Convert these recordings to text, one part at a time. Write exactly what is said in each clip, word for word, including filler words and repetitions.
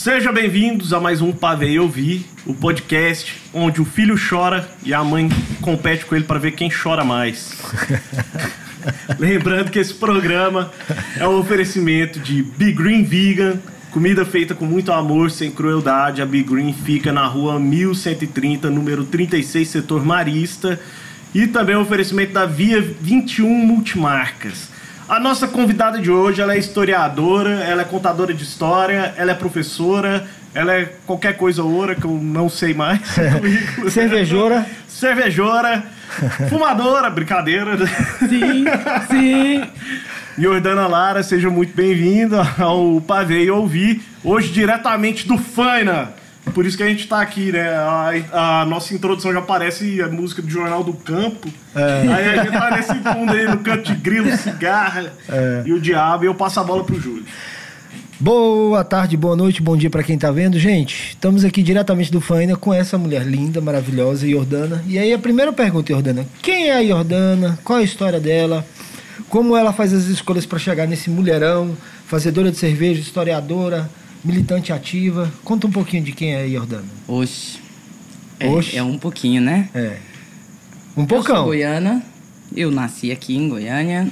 Sejam bem-vindos a mais um Pavei Ouvir, o podcast onde o filho chora e a mãe compete com ele para ver quem chora mais. Lembrando que esse programa é um oferecimento de Be Green Vegan, comida feita com muito amor, sem crueldade. A Be Green fica na rua mil cento e trinta, número trinta e seis, setor Marista. E também um oferecimento da Via vinte e um Multimarcas. A nossa convidada de hoje, ela é historiadora, ela é contadora de história, ela é professora, ela é qualquer coisa oura que eu não sei mais. Cervejora. Cervejora, fumadora, brincadeira. Sim, sim. Jordana Lara, seja muito bem-vinda ao Pavei Ouvir, hoje diretamente do Faina. Por isso que a gente tá aqui, né? A, a nossa introdução já parece a música do Jornal do Campo. É. Aí a gente tá nesse fundo aí, no canto de grilo, cigarra é. e o diabo. E eu passo a bola pro Júlio. Boa tarde, boa noite, bom dia pra quem tá vendo. Gente, estamos aqui diretamente do Faina com essa mulher linda, maravilhosa, Jordana. E aí a primeira pergunta, Jordana: quem é a Jordana? Qual é a história dela? Como ela faz as escolhas para chegar nesse mulherão? Fazedora de cerveja, historiadora, militante ativa. Conta um pouquinho de quem é a Jordana. Oxe. Oxe. É, é um pouquinho, né? É. Um poucão. Eu sou goiana. Eu nasci aqui em Goiânia.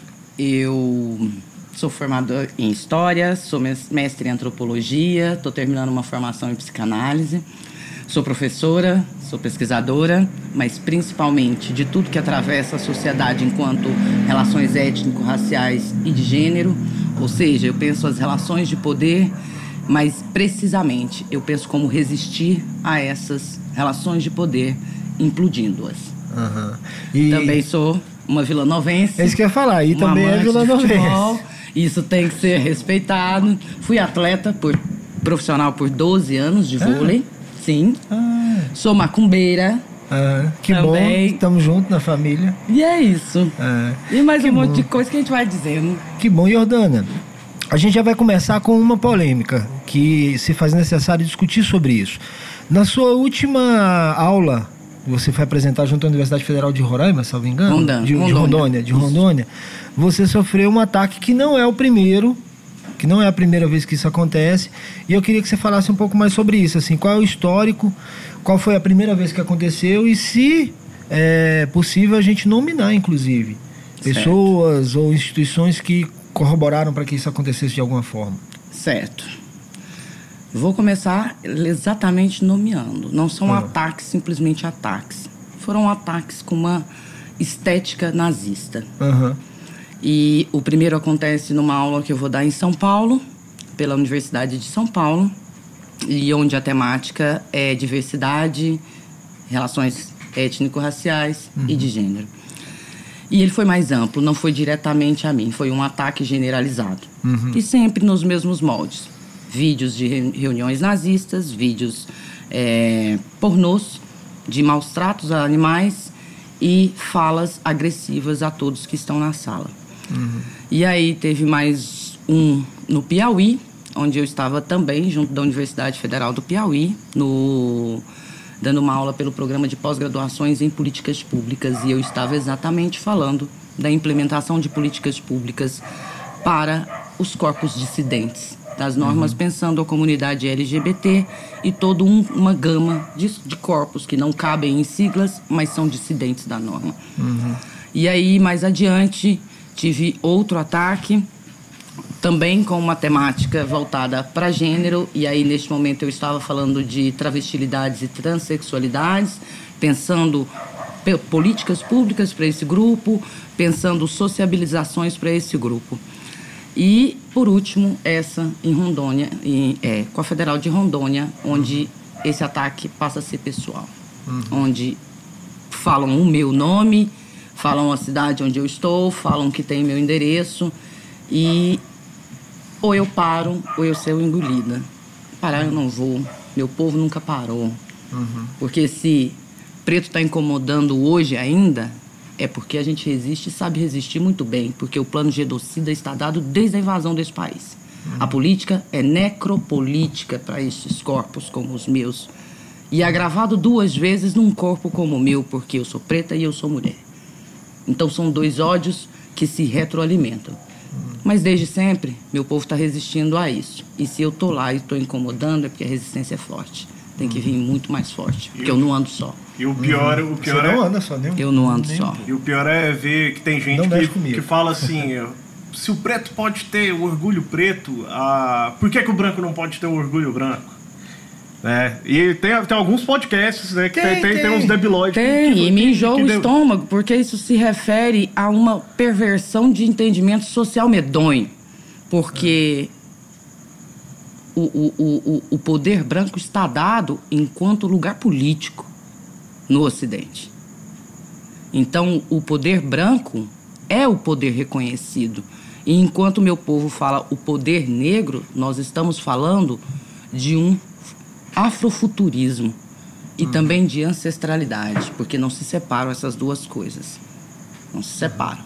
Eu sou formador em História. Sou mestre em Antropologia. Estou terminando uma formação em Psicanálise. Sou professora, sou pesquisadora, mas principalmente de tudo que atravessa a sociedade enquanto relações étnico-raciais e de gênero. Ou seja, eu penso as relações de poder, mas precisamente eu penso como resistir a essas relações de poder, implodindo-as. Uhum. E... Também sou uma vilanovense. É isso que eu ia falar, e também é vilanovense. Isso tem que ser respeitado. Fui atleta por, profissional por doze anos de vôlei. Ah. Sim. Ah. Sou macumbeira. Ah, que também. Bom, estamos juntos na família. E é isso. Ah, e mais um bom. monte de coisa que a gente vai dizendo. Que bom, Jordana. A gente já vai começar com uma polêmica que se faz necessário discutir sobre isso. Na sua última aula, você foi apresentar junto à Universidade Federal de Roraima, salvo engano? Rondônia. De, de Rondônia. De Rondônia. Você sofreu um ataque que não é o primeiro, que não é a primeira vez que isso acontece. E eu queria que você falasse um pouco mais sobre isso. Assim, qual é o histórico, qual foi a primeira vez que aconteceu e, se é possível, a gente nominar, inclusive, certo. pessoas ou instituições que corroboraram para que isso acontecesse de alguma forma. Certo. Vou começar exatamente nomeando. Não são uhum. ataques, simplesmente ataques. Foram ataques com uma estética nazista. Uhum. E o primeiro acontece numa aula que eu vou dar em São Paulo, pela Universidade de São Paulo, e onde a temática é diversidade, relações étnico-raciais uhum. e de gênero. E ele foi mais amplo, não foi diretamente a mim, foi um ataque generalizado. Uhum. E sempre nos mesmos moldes. Vídeos de reuniões nazistas, vídeos é, pornôs, de maus tratos a animais e falas agressivas a todos que estão na sala. Uhum. E aí teve mais um no Piauí, onde eu estava também, junto da Universidade Federal do Piauí, no... dando uma aula pelo programa de pós-graduações em políticas públicas, e eu estava exatamente falando da implementação de políticas públicas para os corpos dissidentes, das normas uhum. pensando a comunidade L G B T e toda um, uma gama de, de corpos que não cabem em siglas, mas são dissidentes da norma. Uhum. E aí, mais adiante, tive outro ataque, também com uma temática voltada para gênero, e aí neste momento eu estava falando de travestilidades e transexualidades, pensando p- políticas públicas para esse grupo, pensando sociabilizações para esse grupo. E, por último, essa em Rondônia, em, é, com a Federal de Rondônia, onde esse ataque passa a ser pessoal, uhum. onde falam o meu nome, falam a cidade onde eu estou, falam que tem meu endereço, e ou eu paro, ou eu sou engolida. Parar eu não vou. Meu povo nunca parou. Uhum. Porque se preto está incomodando hoje ainda, é porque a gente resiste e sabe resistir muito bem. Porque o plano genocida está dado desde a invasão desse país. Uhum. A política é necropolítica para esses corpos como os meus. E agravado duas vezes num corpo como o meu, porque eu sou preta e eu sou mulher. Então são dois ódios que se retroalimentam. Mas desde sempre, meu povo está resistindo a isso. E se eu tô lá e estou incomodando, é porque a resistência é forte. Tem que vir muito mais forte, porque eu não ando só. E o pior, uhum. o pior Você é... não anda só, nem Eu não ando nem só. E o pior é ver que tem gente que, que fala assim, se o preto pode ter o orgulho preto, ah, por que, que o branco não pode ter o orgulho branco? É, e tem, tem alguns podcasts, né, que tem, tem, tem, tem uns debilóides. Tem, que, que, e me enjoa o de... estômago, porque isso se refere a uma perversão de entendimento social medonho. Porque o, o, o, o poder branco está dado enquanto lugar político no Ocidente. Então, o poder branco é o poder reconhecido. E enquanto o meu povo fala o poder negro, nós estamos falando de um afrofuturismo e hum. também de ancestralidade, porque não se separam essas duas coisas. Não se separam.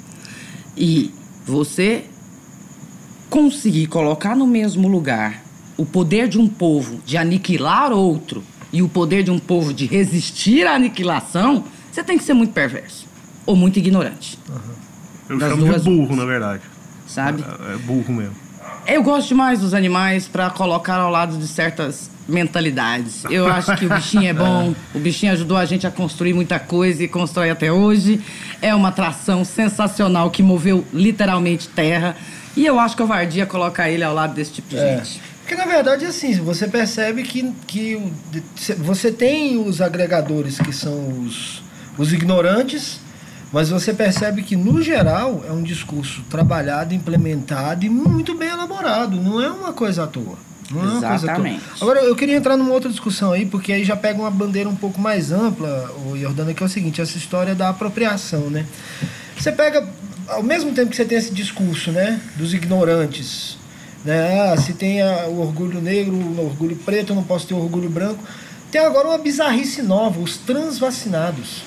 E você conseguir colocar no mesmo lugar o poder de um povo de aniquilar outro e o poder de um povo de resistir à aniquilação, você tem que ser muito perverso ou muito ignorante. Uhum. Eu das chamo duas de burro, coisas. Na verdade. Sabe? É, é burro mesmo. Eu gosto demais dos animais para colocar ao lado de certas mentalidades. Eu acho que o bichinho é bom, o bichinho ajudou a gente a construir muita coisa e constrói até hoje. É uma atração sensacional que moveu literalmente terra. E eu acho covardia colocar ele ao lado desse tipo de é. gente. Porque, na verdade, assim, você percebe que, que você tem os agregadores, que são os, os ignorantes, mas você percebe que, no geral, é um discurso trabalhado, implementado e muito bem elaborado. Não é uma coisa à toa. Não é uma coisa à toa. Agora, eu queria entrar numa outra discussão aí, porque aí já pega uma bandeira um pouco mais ampla, o Jordana, que é o seguinte, essa história da apropriação, né? Você pega, ao mesmo tempo que você tem esse discurso, né, dos ignorantes, né, ah, se tem a, o orgulho negro, o orgulho preto, eu não posso ter o orgulho branco, tem agora uma bizarrice nova, os transvacinados.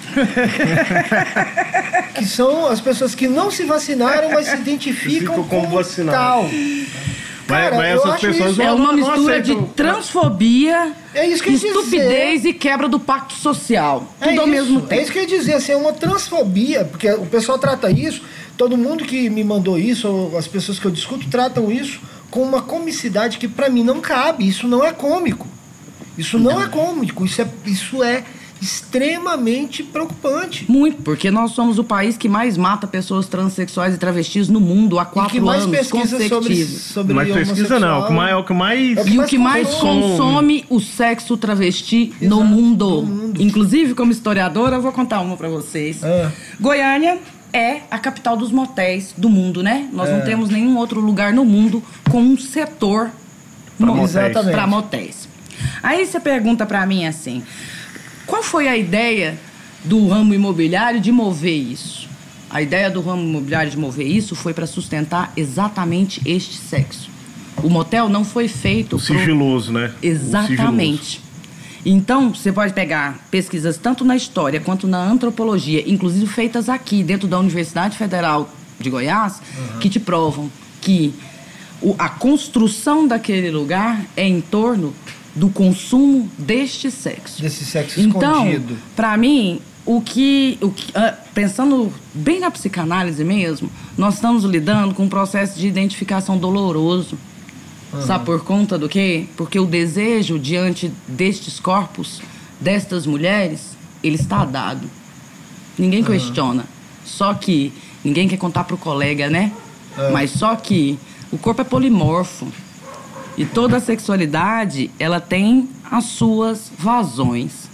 Que são as pessoas que não se vacinaram, mas se identificam como vacinado. Cara, mas, mas essas pessoas isso, é uma mistura de transfobia, é isso que estupidez e quebra do pacto social. É tudo isso, ao mesmo tempo. É isso que eu ia dizer, assim, é uma transfobia, porque o pessoal trata isso, todo mundo que me mandou isso, ou as pessoas que eu discuto, tratam isso com uma comicidade que pra mim não cabe. Isso não é cômico. Isso não, não é cômico, isso é, isso é extremamente preocupante. Muito, porque nós somos o país que mais mata pessoas transexuais e travestis no mundo há quatro anos consecutivos. E que mais pesquisa sobre, sobre mais pesquisa não, o que mais, é o que mais... É o que e o que mais consome, consome o sexo travesti no mundo. no mundo. Inclusive, como historiadora, eu vou contar uma pra vocês. É. Goiânia é a capital dos motéis do mundo, né? Nós é. não temos nenhum outro lugar no mundo com um setor pra motéis. Pra motéis. Aí você pergunta pra mim assim... Qual foi a ideia do ramo imobiliário de mover isso? A ideia do ramo imobiliário de mover isso foi para sustentar exatamente este sexo. O motel não foi feito... O sigiloso, pro... né? Exatamente. Sigiloso. Então, você pode pegar pesquisas tanto na história quanto na antropologia, inclusive feitas aqui, dentro da Universidade Federal de Goiás, uhum. que te provam que o, a construção daquele lugar é em torno... do consumo deste sexo. Desse sexo então, escondido. Então, para mim, o que, o que uh, pensando bem na psicanálise mesmo, nós estamos lidando com um processo de identificação doloroso. Uhum. Sabe por conta do quê? Porque o desejo diante destes corpos, destas mulheres, ele está dado. Ninguém uhum. questiona. Só que ninguém quer contar pro colega, né? Uhum. Mas só que o corpo é polimorfo. E toda a sexualidade, ela tem as suas vazões.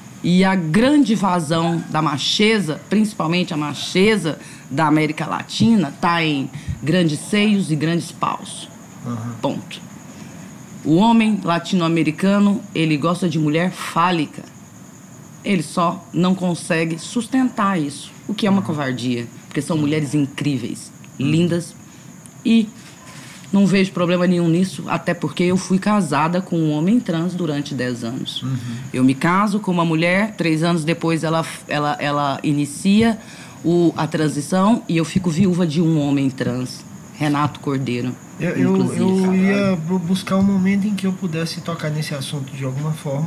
E a grande vazão da macheza, principalmente a macheza da América Latina, está em grandes seios e grandes paus. Uhum. Ponto. O homem latino-americano, ele gosta de mulher fálica. Ele só não consegue sustentar isso, o que é uma covardia. Porque são mulheres incríveis, lindas e... Não vejo problema nenhum nisso, até porque eu fui casada com um homem trans durante dez anos. Uhum. Eu me caso com uma mulher, três anos depois ela, ela, ela inicia o, a transição e eu fico viúva de um homem trans, Renato Cordeiro. Eu, eu, eu ia buscar um momento em que eu pudesse tocar nesse assunto de alguma forma,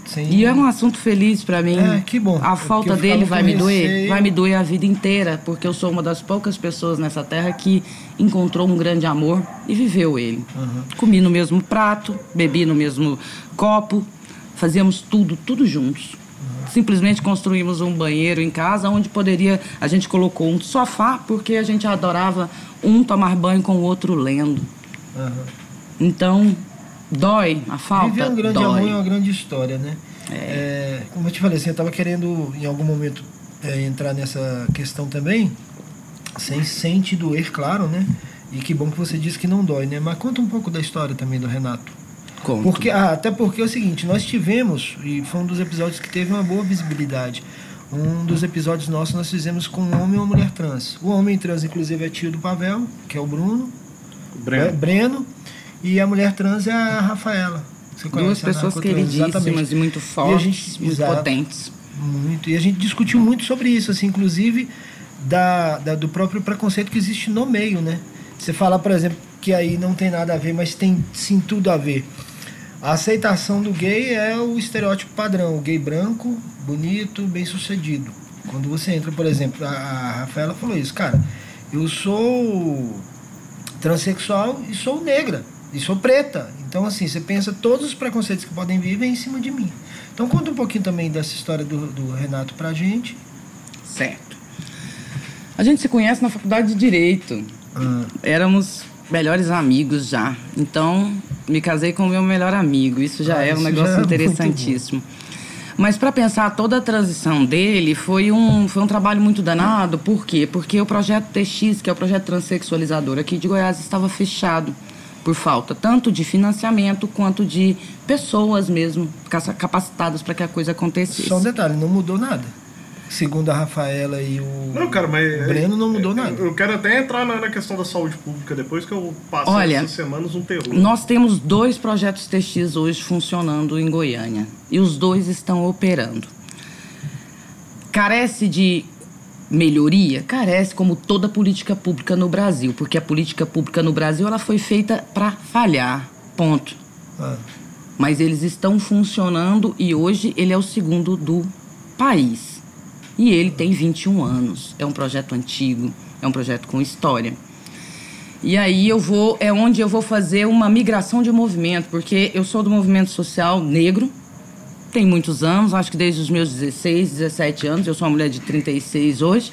Sem... E é um assunto feliz para mim. É, que bom. A falta dele vai me doer, receio. vai me doer a vida inteira, porque eu sou uma das poucas pessoas nessa terra que encontrou um grande amor e viveu ele. Uhum. Comi no mesmo prato, bebi no mesmo copo, fazíamos tudo, tudo juntos. Uhum. Simplesmente construímos um banheiro em casa onde poderia, a gente colocou um sofá porque a gente adorava um tomar banho com o outro lendo. Uhum. Então, dói a falta. Viver um grande dói. amor é uma grande história, né? É. É, como eu te falei, assim, eu estava querendo em algum momento é, entrar nessa questão também, sem, sem te doer, claro, né? E que bom que você disse que não dói, né? Mas conta um pouco da história também do Renato. Conto. Porque, ah, até porque é o seguinte, nós tivemos, e foi um dos episódios que teve uma boa visibilidade, um dos episódios nossos nós fizemos com um homem e uma mulher trans. O homem trans, inclusive, é tio do Pavel, que é o Bruno, Breno, é, Breno e a mulher trans é a Rafaela. Você Duas pessoas queridíssimas exatamente. E muito fortes, e gente, muito exato, potentes. Muito. E a gente discutiu muito sobre isso, assim, inclusive da, da, do próprio preconceito que existe no meio, né? Você fala, por exemplo, que aí não tem nada a ver, mas tem sim tudo a ver. A aceitação do gay é o estereótipo padrão, o gay branco, bonito, bem-sucedido. Quando você entra, por exemplo, a, a Rafaela falou isso, cara, eu sou transexual e sou negra, e sou preta. Então, assim, você pensa, todos os preconceitos que podem vir vêm em cima de mim. Então, conta um pouquinho também dessa história do, do Renato pra gente. Certo. A gente se conhece na faculdade de Direito. Ah. Éramos melhores amigos já. Então, me casei com o meu melhor amigo. Isso já ah, é um negócio interessantíssimo. Mas para pensar toda a transição dele, foi um, foi um trabalho muito danado. Por quê? Porque o projeto T X, que é o projeto transexualizador aqui de Goiás, estava fechado por falta tanto de financiamento quanto de pessoas mesmo capacitadas para que a coisa acontecesse. Só um detalhe, não mudou nada. Segundo a Rafaela e o não, cara, mas Breno, não mudou eu, nada. Eu quero até entrar na, na questão da saúde pública depois, que eu passei Olha, essas semanas um terror. Nós temos dois projetos T X hoje funcionando em Goiânia e os dois estão operando. Carece de melhoria? Carece, como toda política pública no Brasil, porque a política pública no Brasil ela foi feita para falhar, ponto. Ah. Mas eles estão funcionando e hoje ele é o segundo do país. E ele tem vinte e um anos. É um projeto antigo, é um projeto com história. E aí eu vou, é onde eu vou fazer uma migração de movimento, porque eu sou do movimento social negro, tem muitos anos, acho que desde os meus dezesseis, dezessete anos, eu sou uma mulher de trinta e seis hoje.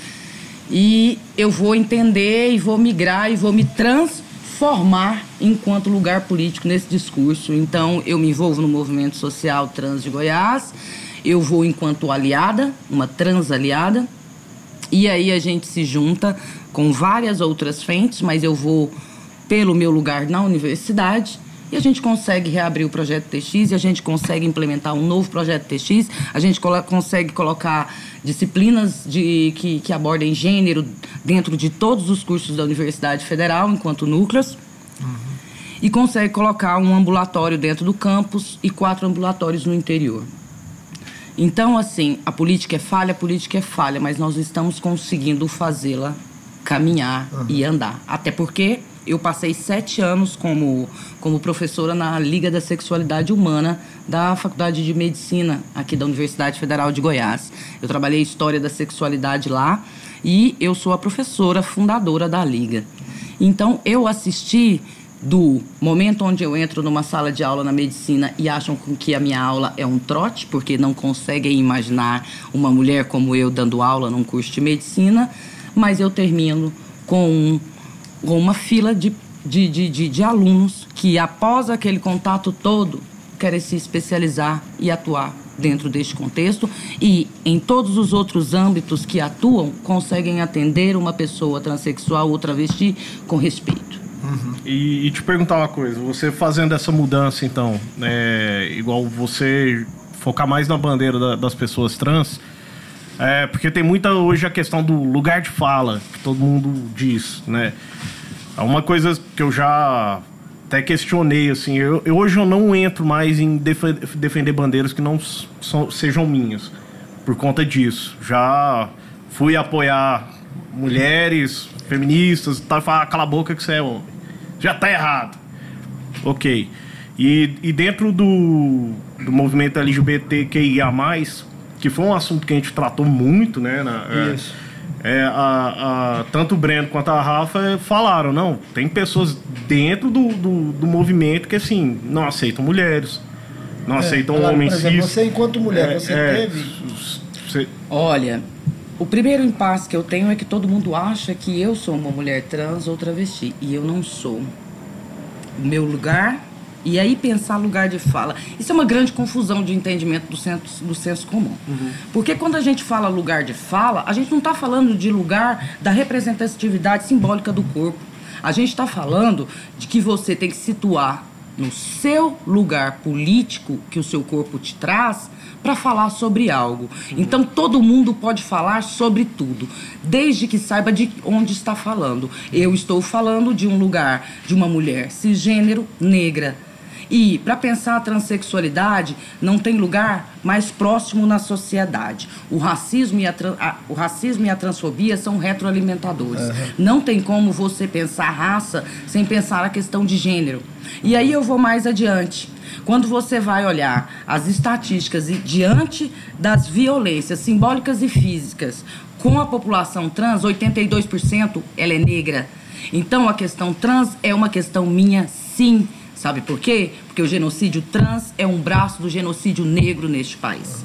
E eu vou entender e vou migrar e vou me transformar enquanto lugar político nesse discurso. Então eu me envolvo no movimento social trans de Goiás. Eu vou enquanto aliada, uma transaliada, e aí a gente se junta com várias outras frentes, mas eu vou pelo meu lugar na universidade, e a gente consegue reabrir o projeto T X, e a gente consegue implementar um novo projeto T X, a gente colo- consegue colocar disciplinas de, que, que abordem gênero dentro de todos os cursos da Universidade Federal, enquanto núcleos, uhum. E consegue colocar um ambulatório dentro do campus e quatro ambulatórios no interior. Então, assim, a política é falha, a política é falha, mas nós estamos conseguindo fazê-la caminhar uhum. e andar. Até porque eu passei sete anos como, como professora na Liga da Sexualidade Humana da Faculdade de Medicina aqui da Universidade Federal de Goiás. Eu trabalhei História da Sexualidade lá e eu sou a professora fundadora da Liga. Então, eu assisti do momento onde eu entro numa sala de aula na medicina e acham que a minha aula é um trote, porque não conseguem imaginar uma mulher como eu dando aula num curso de medicina, mas eu termino com, um, com uma fila de, de, de, de, de alunos que, após aquele contato todo, querem se especializar e atuar dentro deste contexto e, em todos os outros âmbitos que atuam, conseguem atender uma pessoa transexual ou travesti com respeito. Uhum. E, e te perguntar uma coisa, você fazendo essa mudança, então, é, igual você focar mais na bandeira da, das pessoas trans, é, porque tem muita hoje a questão do lugar de fala, que todo mundo diz, né? É uma coisa que eu já até questionei, assim, eu, eu hoje eu não entro mais em def- defender bandeiras que não so, sejam minhas, por conta disso. Já fui apoiar mulheres feministas, tá, falar, cala a boca que você é homem. Já tá errado. Ok. E, e dentro do, do movimento L G B T Q I A mais, que foi um assunto que a gente tratou muito, né? Na, Isso. É, a, a, tanto o Breno quanto a Rafa falaram, não, tem pessoas dentro do, do, do movimento que, assim, não aceitam mulheres, não é, aceitam claro, homens por exemplo, cis. Você, enquanto mulher, é, você é, teve... Você... Olha, o primeiro impasse que eu tenho é que todo mundo acha que eu sou uma mulher trans ou travesti, e eu não sou. O meu lugar... E aí pensar lugar de fala. Isso é uma grande confusão de entendimento do senso, do senso comum. Uhum. Porque quando a gente fala lugar de fala, a gente não está falando de lugar da representatividade simbólica do corpo. A gente está falando de que você tem que situar no seu lugar político que o seu corpo te traz para falar sobre algo. Uhum. Então todo mundo pode falar sobre tudo, desde que saiba de onde está falando. Eu estou falando de um lugar de uma mulher cisgênero, negra. E, para pensar a transexualidade, não tem lugar mais próximo na sociedade. O racismo e a, a, o racismo e a transfobia são retroalimentadores. Uhum. Não tem como você pensar raça sem pensar a questão de gênero. E aí eu vou mais adiante. Quando você vai olhar as estatísticas e diante das violências simbólicas e físicas com a população trans, oitenta e dois por cento ela é negra. Então, a questão trans é uma questão minha, sim. Sabe por quê? Porque o genocídio trans é um braço do genocídio negro neste país.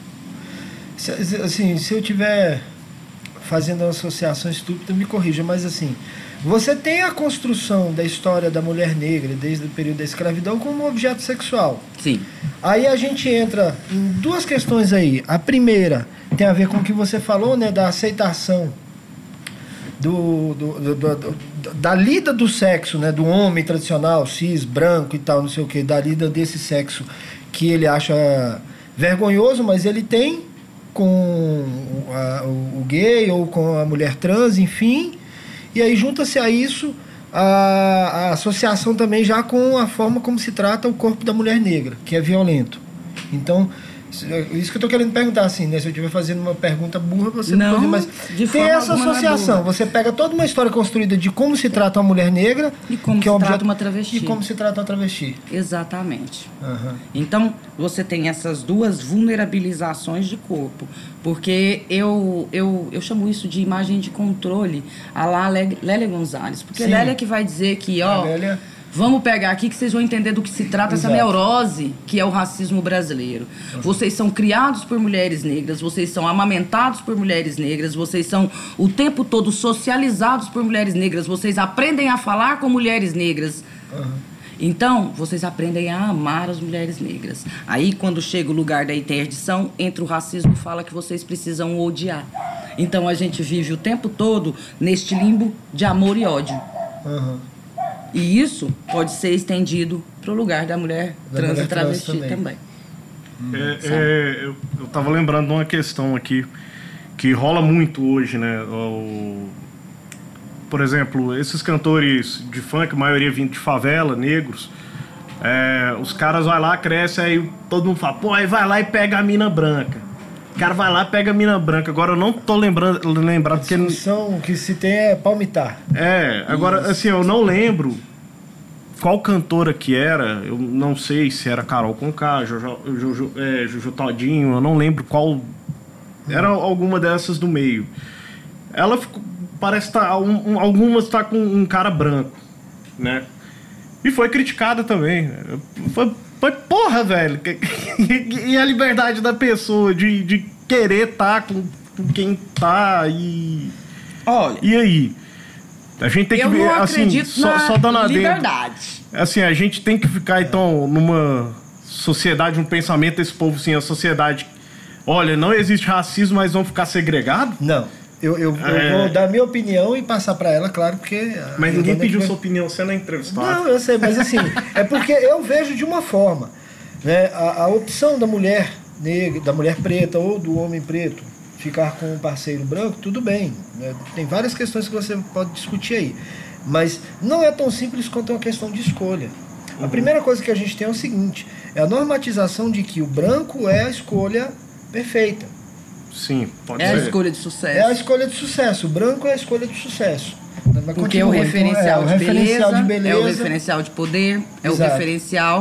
Assim, se eu estiver fazendo uma associação estúpida, me corrija, mas assim, você tem a construção da história da mulher negra desde o período da escravidão como um objeto sexual. Sim. Aí a gente entra em duas questões aí. A primeira tem a ver com o que você falou, né, da aceitação Do, do, do, do, do, da lida do sexo, né, do homem tradicional, cis, branco e tal, não sei o que, da lida desse sexo que ele acha vergonhoso, mas ele tem com a, o, o gay ou com a mulher trans, enfim, e aí junta-se a isso a, a associação também já com a forma como se trata o corpo da mulher negra, que é violento. Então, isso que eu tô querendo perguntar, assim, né? Se eu estiver fazendo uma pergunta burra, você não, pode, mas tem essa associação. Você pega toda uma história construída de como se trata uma mulher negra e como que se é um trata objeto, uma travesti. E como se trata uma travesti. Exatamente. Uhum. Então, você tem essas duas vulnerabilizações de corpo. Porque eu, eu, eu chamo isso de imagem de controle, a lá Lélia Gonzalez. Porque Sim. Lélia que vai dizer que, ó... Lélia... Vamos pegar aqui que vocês vão entender do que se trata Exato. Essa neurose que é o racismo brasileiro. Uhum. Vocês são criados por mulheres negras, vocês são amamentados por mulheres negras, vocês são o tempo todo socializados por mulheres negras, vocês aprendem a falar com mulheres negras. Uhum. Então, vocês aprendem a amar as mulheres negras. Aí, quando chega o lugar da interdição, entra o racismo e fala que vocês precisam odiar. Então, a gente vive o tempo todo neste limbo de amor e ódio. Uhum. E isso pode ser estendido para o lugar da mulher da trans mulher e travesti trans também. também. É, é, eu, eu tava lembrando de uma questão aqui que rola muito hoje, né? O, por exemplo, esses cantores de funk, a maioria vindo de favela, negros, é, os caras vai lá, crescem, aí todo mundo fala, pô, aí vai lá e pega a mina branca. O cara vai lá e pega a mina branca. Agora eu não tô lembrando, lembrado porque... A discussão que se tem é palmitar. É, agora, Isso. assim, eu não lembro qual cantora que era. Eu não sei se era Carol Conká, Jojo, Jojo, é, Jojo Todinho, eu não lembro qual... Era alguma dessas do meio. Ela ficou, parece tá, um, algumas tá com um cara branco, né? E foi criticada também. Foi... Foi porra, velho. E a liberdade da pessoa de, de querer estar tá com, com quem tá e... Olha... E aí? A gente tem eu que ver, não assim, acredito só, na só dando liberdade. Adendo, assim, a gente tem que ficar, então, numa sociedade, um pensamento desse povo, assim, a sociedade... Olha, não existe racismo, mas vão ficar segregados? Não. Eu, eu, é... eu vou dar minha opinião e passar pra ela, claro, porque... Mas ninguém pediu sua opinião, você não é entrevistado. Não, eu sei, mas assim, é porque eu vejo de uma forma, né? A, a opção da mulher negra, da mulher preta ou do homem preto ficar com um parceiro branco, tudo bem, né? Tem várias questões que você pode discutir aí, mas não é tão simples quanto uma questão de escolha. Uhum. A primeira coisa que a gente tem é o seguinte, é a normatização de que o branco é a escolha perfeita. Sim, pode é ser. É a escolha de sucesso. É a escolha de sucesso. O branco é a escolha de sucesso. Porque é o referencial, então, é, de, o beleza, referencial de beleza, é o referencial de poder, é Exato. O referencial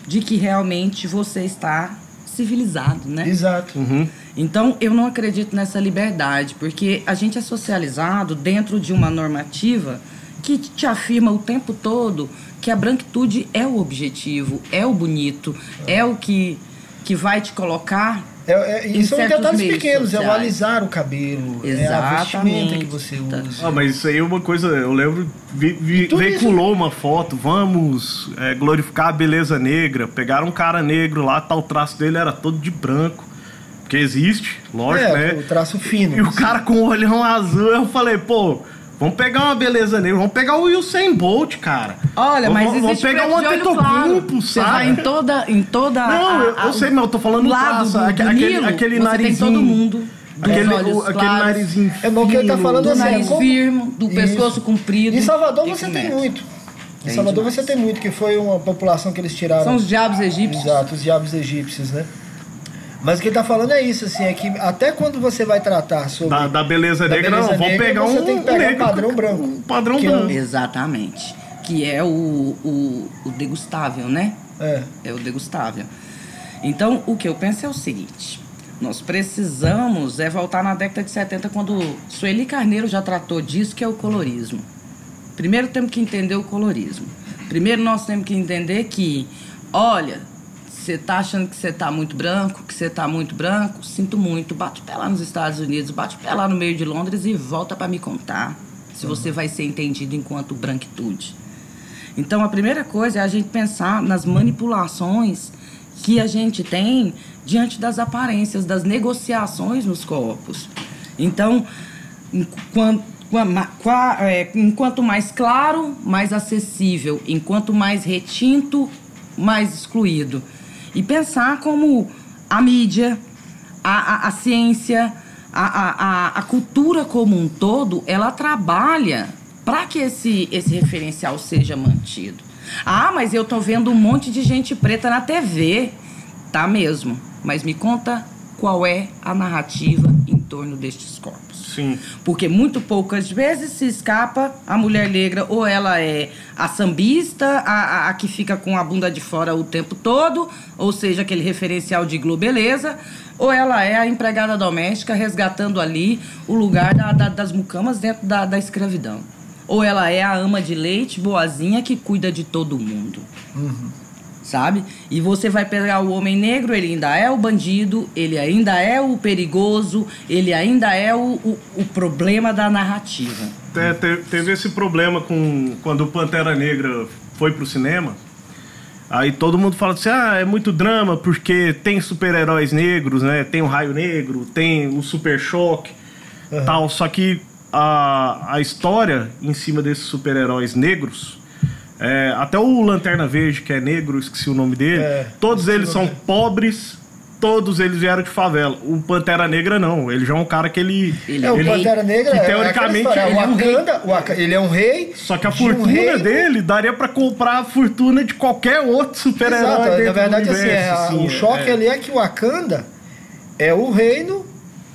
de que realmente você está civilizado, né? Exato. Uhum. Então, eu não acredito nessa liberdade, porque a gente é socializado dentro de uma normativa que te afirma o tempo todo que a branquitude é o objetivo, é o bonito, é o que, que vai te colocar É, é, e em são certos detalhes meios pequenos, é o sociais. alisar o cabelo, é a Exatamente. vestimenta que você usa. Ah, mas isso aí é uma coisa, eu lembro, vi, vi, tudo veiculou uma foto, vamos é, glorificar a beleza negra, pegaram um cara negro lá, tal, o traço dele era todo de branco, porque existe, lógico, É, né? o traço fino. E o cara com o olhão azul, eu falei, pô, vamos pegar uma beleza negra, vamos pegar o Usain Bolt, cara. Olha, vamos, mas vamos existe pegar um preto de olho claro. Antetokounmpo, Você vai sabe? em toda, em toda Não, eu, a, a, eu sei, mas eu tô falando o do lado traço, do, aque- do aquele, Nilo, aquele você narizinho. tem todo mundo. Dos Aquele, olhos o, aquele claros, narizinho É bom que ele tá fino, falando do assim, nariz como- firme, do Isso. pescoço comprido. Em Salvador e você com tem metro. muito. Em Tem Salvador demais. você tem muito, que foi uma população que eles tiraram. São os diabos egípcios. Exato, os diabos egípcios, né? Mas o que ele tá falando é isso, assim, é que até quando você vai tratar sobre... Da, da beleza Da negra, beleza não, vamos negra, pegar você um tem que pegar negro um padrão com- branco. Um padrão Que é branco. Exatamente. Que é o, o, o degustável, né? É. É o degustável. Então, o que eu penso é o seguinte: nós precisamos é voltar na década de setenta, quando Sueli Carneiro já tratou disso, que é o colorismo. Primeiro temos que entender o colorismo. Primeiro nós temos que entender que, olha, você tá achando que você tá muito branco, que você tá muito branco, sinto muito, bate o pé lá nos Estados Unidos, bate o pé lá no meio de Londres e volta para me contar se você vai ser entendido enquanto branquitude. Então, a primeira coisa é a gente pensar nas manipulações que a gente tem diante das aparências, das negociações nos corpos. Então, enquanto, enquanto mais claro, mais acessível. Enquanto mais retinto, mais excluído. E pensar como a mídia, a, a, a ciência, a, a, a cultura como um todo, ela trabalha para que esse, esse referencial seja mantido. Ah, mas eu tô vendo um monte de gente preta na T V. Tá mesmo. Mas me conta qual é a narrativa em torno destes corpos. Sim. Porque muito poucas vezes se escapa a mulher negra, ou ela é a sambista, a, a, a que fica com a bunda de fora o tempo todo, ou seja, aquele referencial de globeleza, ou ela é a empregada doméstica resgatando ali o lugar da, da, das mucamas dentro da, da escravidão. Ou ela é a ama de leite, boazinha, que cuida de todo mundo. Uhum. Sabe? E você vai pegar o homem negro, ele ainda é o bandido, ele ainda é o perigoso, ele ainda é o, o, o problema da narrativa. Te- te- Teve esse problema com quando o Pantera Negra foi pro cinema. Aí todo mundo fala assim, ah, é muito drama porque tem super-heróis negros, né? Tem o Raio Negro, tem o Super Choque, Uhum. tal. Só que a, a história em cima desses super-heróis negros, é, até o Lanterna Verde, que é negro, esqueci o nome dele, É, todos eles são nome. pobres, todos eles vieram de favela. O Pantera Negra não, ele já é um cara que ele... Ele É, o ele- Pantera Negra que é teoricamente aquela história, ele é um rei. Wakanda, o Waka- ele é um rei. Só que a de um fortuna reino- dele daria pra comprar a fortuna de qualquer outro super-herói. Exato, dentro na do verdade, assim, universo, é, a- assim, o choque é. ali é que o Wakanda é o reino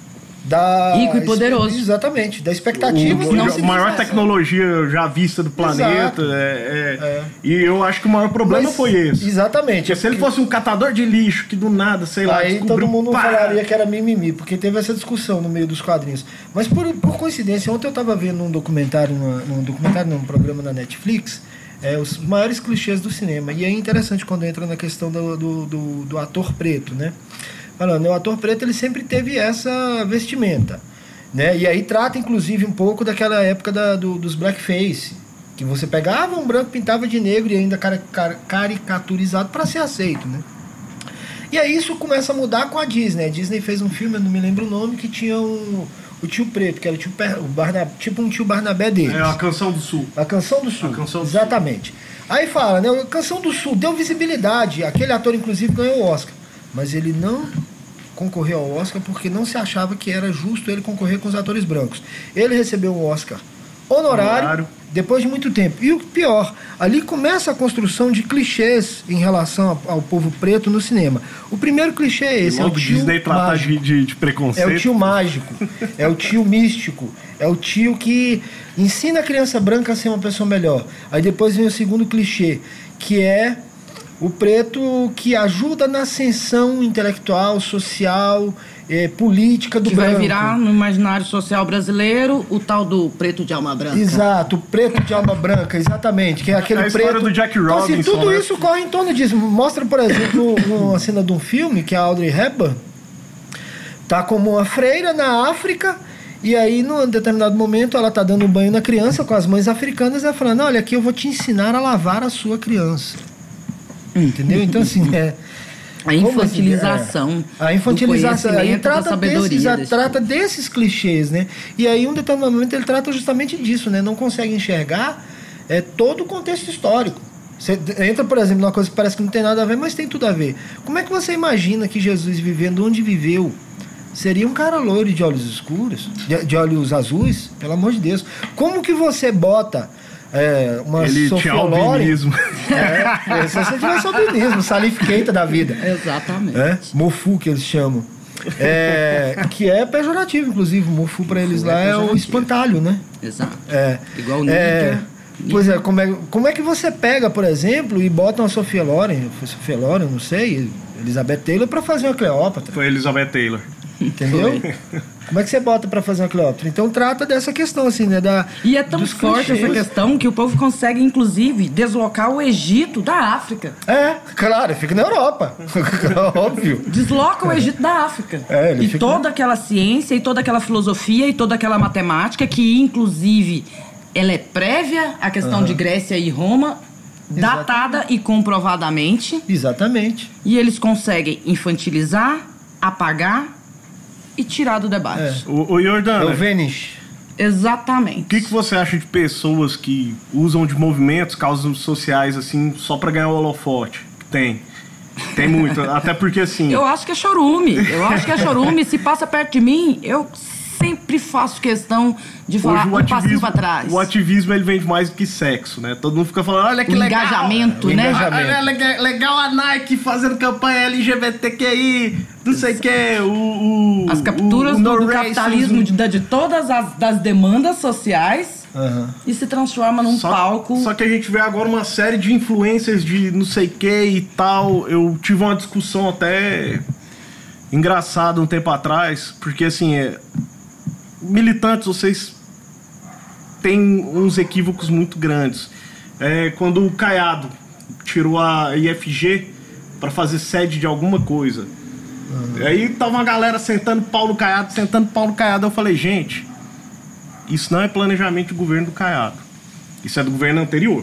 da... Rico e poderoso. Exatamente, da expectativa. O, não o, se maior diz essa. tecnologia já vista do planeta. Exato. É, é- É. E eu acho que o maior problema Mas- foi esse. Exatamente. Porque se ele fosse um catador de lixo, que do nada, sei lá, Aí descobriu, todo mundo pá, falaria que era mimimi, porque teve essa discussão no meio dos quadrinhos. Mas por, por coincidência, ontem eu estava vendo um documentário, numa, num documentário, num programa na Netflix, é, os maiores clichês do cinema. E é interessante quando entra na questão do, do, do, do ator preto, né? Falando, o ator preto ele sempre teve essa vestimenta, né? E aí trata inclusive um pouco daquela época da, do, dos blackface, que você pegava um branco, pintava de negro e ainda cara, cara, caricaturizado para ser aceito, né? E aí isso começa a mudar com a Disney. A Disney fez um filme, eu não me lembro o nome, que tinha o, o tio preto, que era o tio, Per- o Barnabé, tipo um tio Barnabé deles. É a Canção do Sul. A Canção do Sul. A Canção do Exatamente. Aí fala, né? A Canção do Sul deu visibilidade. Aquele ator, inclusive, ganhou o Oscar. Mas ele não concorreu ao Oscar porque não se achava que era justo ele concorrer com os atores brancos. Ele recebeu um Oscar honorário, Honorário. depois de muito tempo. E o pior, ali começa a construção de clichês em relação ao, ao povo preto no cinema. O primeiro clichê é esse, é o Logo tio Disney trata mágico. de, de, de É preconceito. o tio mágico, é o tio místico, é o tio que ensina a criança branca a ser uma pessoa melhor. Aí depois vem o segundo clichê, que é O preto que ajuda na ascensão intelectual, social, é, política do que branco. vai virar no imaginário social brasileiro o tal do preto de alma branca. Exato, o preto de alma branca, exatamente, que é aquele É a história preto do Jack então, Robinson, assim, tudo né? isso corre em torno disso. Mostra, por exemplo, uma cena de um filme que a Audrey Hepburn tá como uma freira na África. E aí, num determinado momento, ela tá dando um banho na criança com as mães africanas e ela falando, olha, aqui eu vou te ensinar a lavar a sua criança. Entendeu? Então, assim, é... A infantilização. É, a infantilização. Aí da trata sabedoria desses, desse trata desses clichês, né? E aí, um determinado momento, ele trata justamente disso, né? Não consegue enxergar é, todo o contexto histórico. Você entra, por exemplo, numa coisa que parece que não tem nada a ver, mas tem tudo a ver. Como é que você imagina que Jesus, vivendo onde viveu, seria um cara loiro de olhos escuros, de, de olhos azuis? Pelo amor de Deus. Como que você bota é, uma Ele Sophia tinha Loren? albinismo. É, se você tivesse albinismo, Salif Keita da vida. Exatamente. É? Mofu, que eles chamam. É, que é pejorativo, inclusive. Mofu pra eles lá é, é o espantalho, né? Exato. É, Igual o é, Níger. Pois é, como é, como é que você pega, por exemplo, e bota uma Sophia Loren, Sophia Loren, não sei, Elizabeth Taylor pra fazer uma Cleópatra? Foi Elizabeth Taylor. Entendeu? Como é que você bota pra fazer uma Cleópatra? Então trata dessa questão, assim, né? Da, E é tão forte clichês. essa questão que o povo consegue, inclusive, deslocar o Egito da África. É, claro, fica na Europa. Óbvio. Desloca o Egito da África. É, ele e fica- toda aquela ciência, e toda aquela filosofia, e toda aquela matemática, que inclusive ela é prévia à questão Aham. de Grécia e Roma, Exato. datada e comprovadamente, Exatamente. e eles conseguem infantilizar, apagar e tirar do debate. O, o É Jordana, o o Vênice. Exatamente. que, que você acha de pessoas que usam de movimentos, causas sociais, assim, só pra ganhar o holofote? Tem. Tem muito. Até porque, assim... Eu acho que é chorume. Eu acho que é chorume. Se passa perto de mim, eu sempre faço questão de falar um passinho pra trás. o ativismo ele vem de mais do que sexo, né? Todo mundo fica falando, olha que O legal. engajamento, O né? engajamento. Olha, legal, legal a Nike fazendo campanha L G B T Q I, não sei o que, o, o... As capturas o, o do, no do capitalismo, de, de todas as das demandas sociais, Aham. e se transforma num Só, palco. só que a gente vê agora uma série de influências de não sei o que e tal. Eu tive uma discussão até engraçada um tempo atrás, porque assim, é, militantes, vocês têm uns equívocos muito grandes. É, quando o Caiado tirou a I F G para fazer sede de alguma coisa, aí tava uma galera sentando pau no Caiado, sentando pau no Caiado. Eu falei, gente, isso não é planejamento do governo do Caiado. Isso é do governo anterior.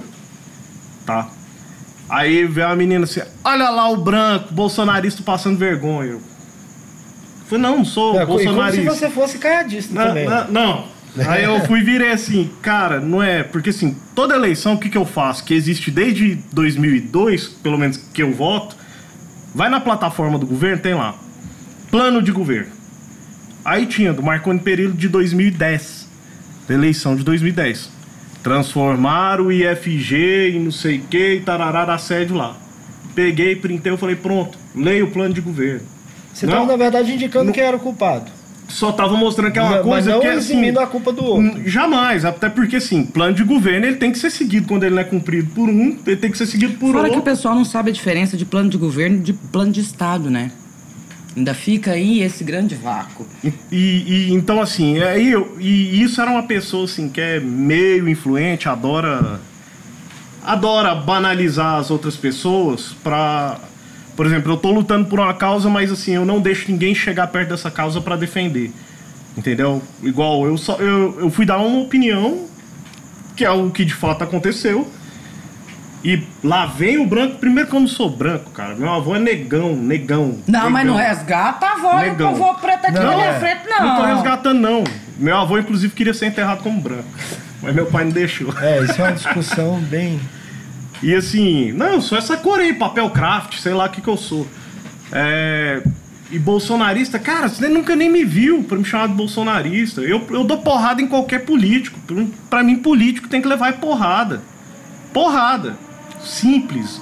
Tá? Aí veio a menina assim, olha lá o branco, bolsonarista passando vergonha. Eu falei, não, não sou É, e como se bolsonarista. você fosse caiadista Não, também. não, não. Aí eu fui e virei assim, cara, não é... Porque assim, toda eleição, o que, que eu faço? Que existe desde dois mil e dois, pelo menos que eu voto, vai na plataforma do governo, tem lá, plano de governo. Aí tinha do Marconi Perillo de dois mil e dez, da eleição de dois mil e dez. Transformar o I F G e não sei o que, e tarará da sede lá. Peguei, printei, eu falei, pronto, leia o plano de governo. Você Não. estava, na verdade, indicando Não. quem era o culpado. Só tava mostrando que é uma Mas coisa não que é assim... eximindo a culpa do outro. Hum, Jamais, até porque assim, plano de governo ele tem que ser seguido quando ele não é cumprido por um, ele tem que ser seguido por Fora outro. que o pessoal não sabe a diferença de plano de governo e de plano de Estado, né? Ainda fica aí esse grande vácuo. E, e- então assim, aí eu, e isso era uma pessoa assim que é meio influente, adora adora banalizar as outras pessoas pra, por exemplo, eu tô lutando por uma causa, mas assim, eu não deixo ninguém chegar perto dessa causa pra defender. Entendeu? Igual eu só eu, eu fui dar uma opinião que é o que de fato aconteceu. E lá vem o branco, primeiro que eu não sou branco, cara. Meu avô é negão, negão. Não, mas negão. não resgata a voz do Negão. povo preto aqui Não, na minha é. frente, não. Não tô resgatando, não. Meu avô, inclusive, queria ser enterrado como branco. Mas meu pai não deixou. É, isso é uma discussão bem... E assim, não, só essa cor aí, papel craft, sei lá o que que eu sou. É... E bolsonarista, cara, você nunca nem me viu pra me chamar de bolsonarista. Eu, eu dou porrada em qualquer político. Pra mim, político tem que levar porrada. Porrada. Simples.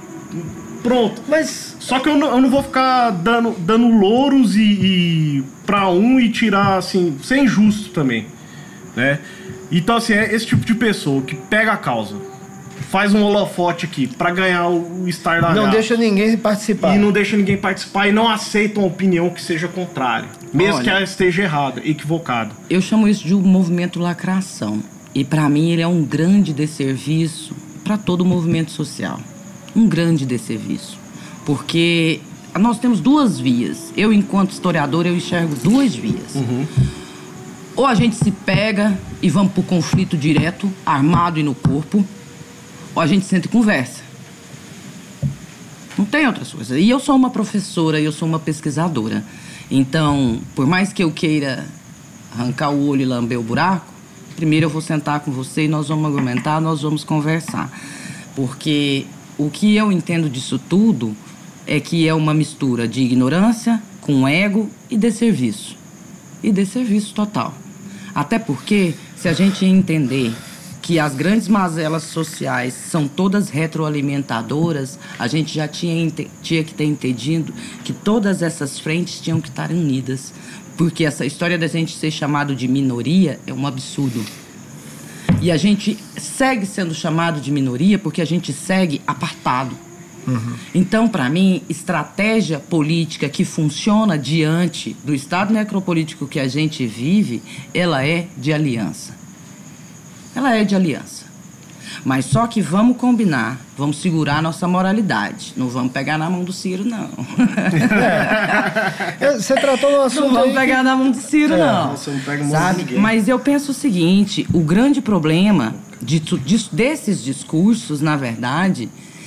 Pronto. Mas... Só que eu não, eu não vou ficar dando, dando louros e, e pra um e tirar, assim, ser injusto também, né? Então, assim, é esse tipo de pessoa que pega a causa, faz um holofote aqui pra ganhar o, o estardalhaço. Não deixa ninguém participar. E não deixa ninguém participar e não aceita uma opinião que seja contrária. Mesmo Olha, que ela esteja errada, equivocada. Eu chamo isso de um movimento lacração. E para mim ele é um grande desserviço para todo o movimento social. Um grande desserviço. Porque nós temos duas vias. Eu, enquanto historiador, eu enxergo duas vias. Uhum. Ou a gente se pega e vamos pro conflito direto, armado e no corpo, ou a gente senta e conversa. Não tem outras coisas. E eu sou uma professora, eu sou uma pesquisadora. Então, por mais que eu queira arrancar o olho e lamber o buraco, primeiro eu vou sentar com você e nós vamos argumentar, nós vamos conversar. Porque o que eu entendo disso tudo é que é uma mistura de ignorância com ego e desserviço. E desserviço total. Até porque, se a gente entender que as grandes mazelas sociais são todas retroalimentadoras, a gente já tinha, tinha que ter entendido que todas essas frentes tinham que estar unidas. Porque essa história da gente ser chamado de minoria é um absurdo. E a gente segue sendo chamado de minoria porque a gente segue apartado. Uhum. Então, para mim, estratégia política que funciona diante do estado necropolítico que a gente vive, ela é de aliança. Ela é de aliança. Mas só que vamos combinar, vamos segurar a nossa moralidade. Não vamos pegar na mão do Ciro, não. É. Você tratou do assunto. Não vamos aí pegar que... na mão do Ciro, é. não. Você não pega Sabe? Mas eu penso o seguinte, o grande problema de, de, desses discursos, na verdade,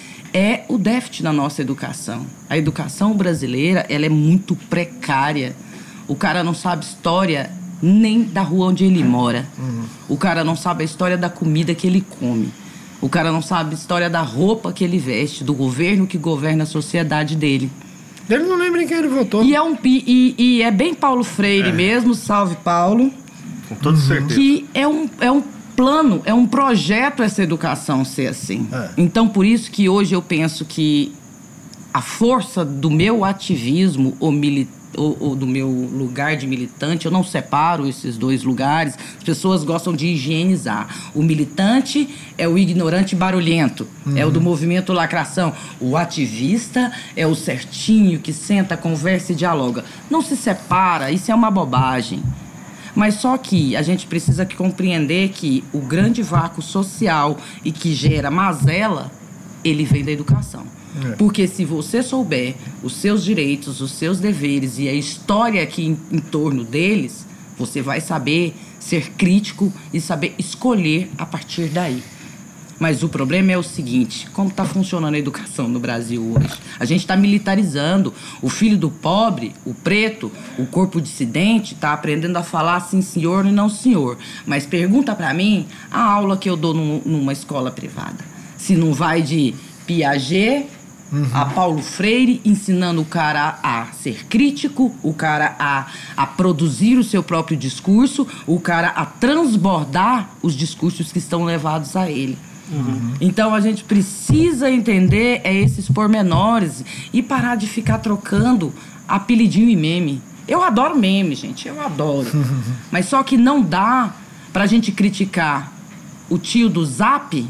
é o déficit na nossa educação. A educação brasileira, ela é muito precária. O cara não sabe história nem da rua onde ele mora. Uhum. O cara não sabe a história da comida que ele come. O cara não sabe a história da roupa que ele veste, do governo que governa a sociedade dele. Ele não lembra em quem ele votou. E é, um, e, e é bem Paulo Freire é. mesmo, salve Paulo. Com toda certeza. Que é um, é um plano, é um projeto essa educação ser assim. É. Então, por isso que hoje eu penso que a força do meu ativismo ou militar, Ou, ou do meu lugar de militante, eu não separo esses dois lugares. As pessoas gostam de higienizar. O militante é o ignorante barulhento, uhum. é o do movimento lacração. O ativista é o certinho que senta, conversa e dialoga. Não se separa, isso é uma bobagem. Mas só que a gente precisa compreender que o grande vácuo social e que gera mazela, ele vem da educação. É. Porque se você souber os seus direitos, os seus deveres e a história aqui em, em torno deles, você vai saber ser crítico e saber escolher a partir daí. Mas o problema é o seguinte, como está funcionando a educação no Brasil hoje? A gente está militarizando. O filho do pobre, o preto, o corpo dissidente, está aprendendo a falar sim senhor e não senhor. Mas pergunta para mim a aula que eu dou num, numa escola privada. Se não vai de Piaget... Uhum. A Paulo Freire, ensinando o cara a ser crítico, o cara a, a produzir o seu próprio discurso, o cara a transbordar os discursos que estão levados a ele. Uhum. Então a gente precisa entender é, esses pormenores e parar de ficar trocando apelidinho e meme. Eu adoro meme, gente, eu adoro. Uhum. Mas só que não dá pra gente criticar o tio do Zap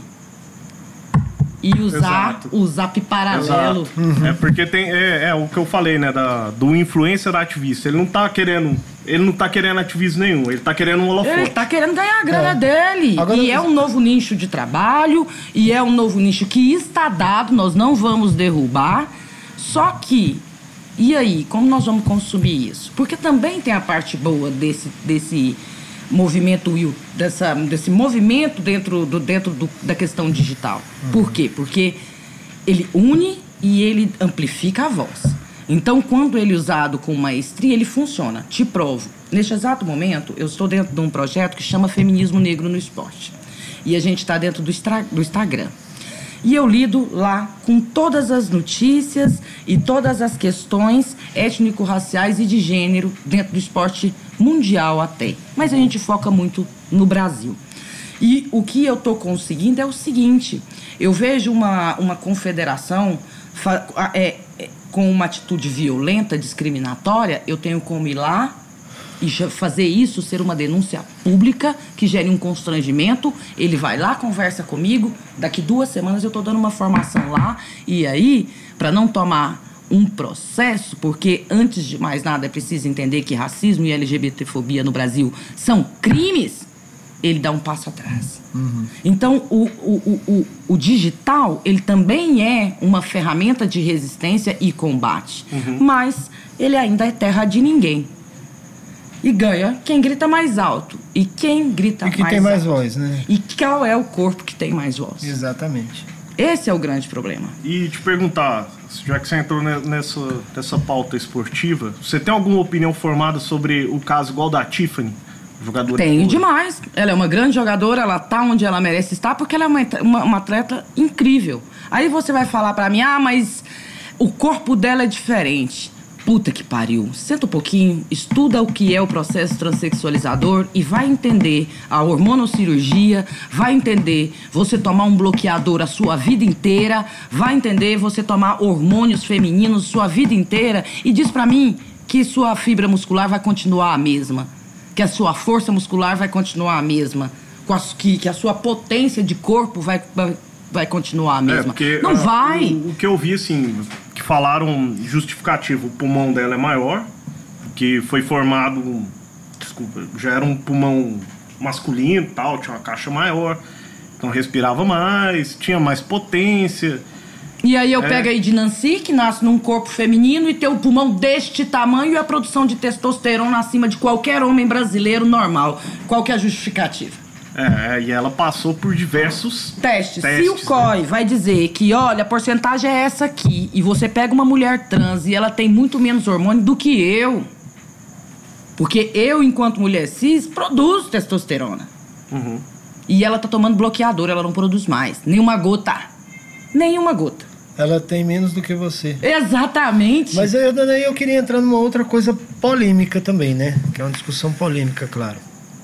e usar Exato. o Zap paralelo. Uhum. É porque tem é, é o que eu falei, né, da, do influencer ativista. Ele não tá querendo, ele não tá querendo ativismo nenhum, ele tá querendo um holofote. Ele tá querendo ganhar a grana é. dele. Agora, e é um novo nicho de trabalho, e é um novo nicho que está dado, nós não vamos derrubar. Só que, e aí, como nós vamos consumir isso? Porque também tem a parte boa desse, desse movimento, dessa, desse movimento dentro, do, dentro do, da questão digital. Uhum. Por quê? Porque ele une e ele amplifica a voz. Então, quando ele é usado com maestria, ele funciona. Te provo. Neste exato momento, eu estou dentro de um projeto que chama Feminismo Negro no Esporte. E a gente está dentro do, extra, do Instagram. E eu lido lá com todas as notícias e todas as questões étnico-raciais e de gênero dentro do esporte mundial até. Mas a gente foca muito no Brasil. E o que eu estou conseguindo é o seguinte, eu vejo uma, uma confederação é, é, com uma atitude violenta, discriminatória, eu tenho como ir lá e fazer isso ser uma denúncia pública que gere um constrangimento. Ele vai lá, conversa comigo, daqui duas semanas eu estou dando uma formação lá, e aí, para não tomar um processo, porque antes de mais nada é preciso entender que racismo e LGBTfobia no Brasil são crimes, ele dá um passo atrás. Uhum. Então, o, o, o, o digital, ele também é uma ferramenta de resistência e combate. Uhum. Mas ele ainda é terra de ninguém. E ganha quem grita mais alto. E quem grita mais alto. E que tem mais voz, né? E qual é o corpo que tem mais voz. Exatamente. Esse é o grande problema. E te perguntar, já que você entrou nessa, nessa pauta esportiva, você tem alguma opinião formada sobre o caso igual da Tiffany? Jogadora. Tenho demais. Ela é uma grande jogadora, ela tá onde ela merece estar, porque ela é uma, uma, uma atleta incrível. Aí você vai falar pra mim, ah, mas o corpo dela é diferente. Puta que pariu. Senta um pouquinho, estuda o que é o processo transexualizador e vai entender a hormonocirurgia, vai entender você tomar um bloqueador a sua vida inteira, vai entender você tomar hormônios femininos sua vida inteira e diz pra mim que sua fibra muscular vai continuar a mesma. Que a sua força muscular vai continuar a mesma, que, que a sua potência de corpo vai, vai, vai continuar a mesma. É porque, não uh, vai. O, o que eu vi, assim, que falaram justificativo, o pulmão dela é maior, que foi formado, desculpa, já era um pulmão masculino e tal, tinha uma caixa maior, então respirava mais, tinha mais potência. E aí eu é. pego aí de Nancy, que nasce num corpo feminino e tem o pulmão deste tamanho e a produção de testosterona acima de qualquer homem brasileiro normal. Qual que é a justificativa? É, e ela passou por diversos testes. testes Se o C O I, né, vai dizer que, olha, a porcentagem é essa aqui, e você pega uma mulher trans e ela tem muito menos hormônio do que eu, porque eu, enquanto mulher cis, produzo testosterona. Uhum. E ela tá tomando bloqueador, ela não produz mais. Nenhuma gota. Nenhuma gota. Ela tem menos do que você. Exatamente. Mas eu, eu queria entrar numa outra coisa polêmica também, né? Que é uma discussão polêmica, claro.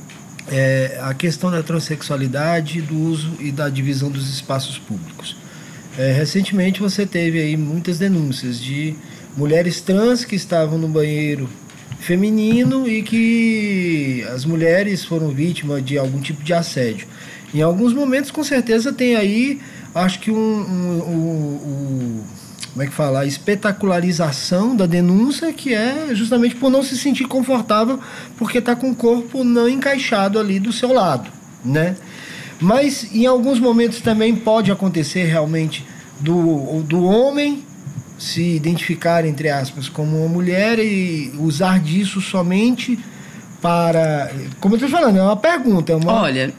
É a questão da transexualidade, do uso e da divisão dos espaços públicos. É, recentemente você teve aí muitas denúncias de mulheres trans que estavam no banheiro feminino e que as mulheres foram vítimas de algum tipo de assédio. Em alguns momentos, com certeza, tem aí... Acho que um, um, um, um, como é que fala? A espetacularização da denúncia, que é justamente por não se sentir confortável, porque está com o corpo não encaixado ali do seu lado, né? Mas em alguns momentos também pode acontecer realmente do, do homem se identificar, entre aspas, como uma mulher e usar disso somente para... Como eu estou falando, é uma pergunta. É uma... Olha...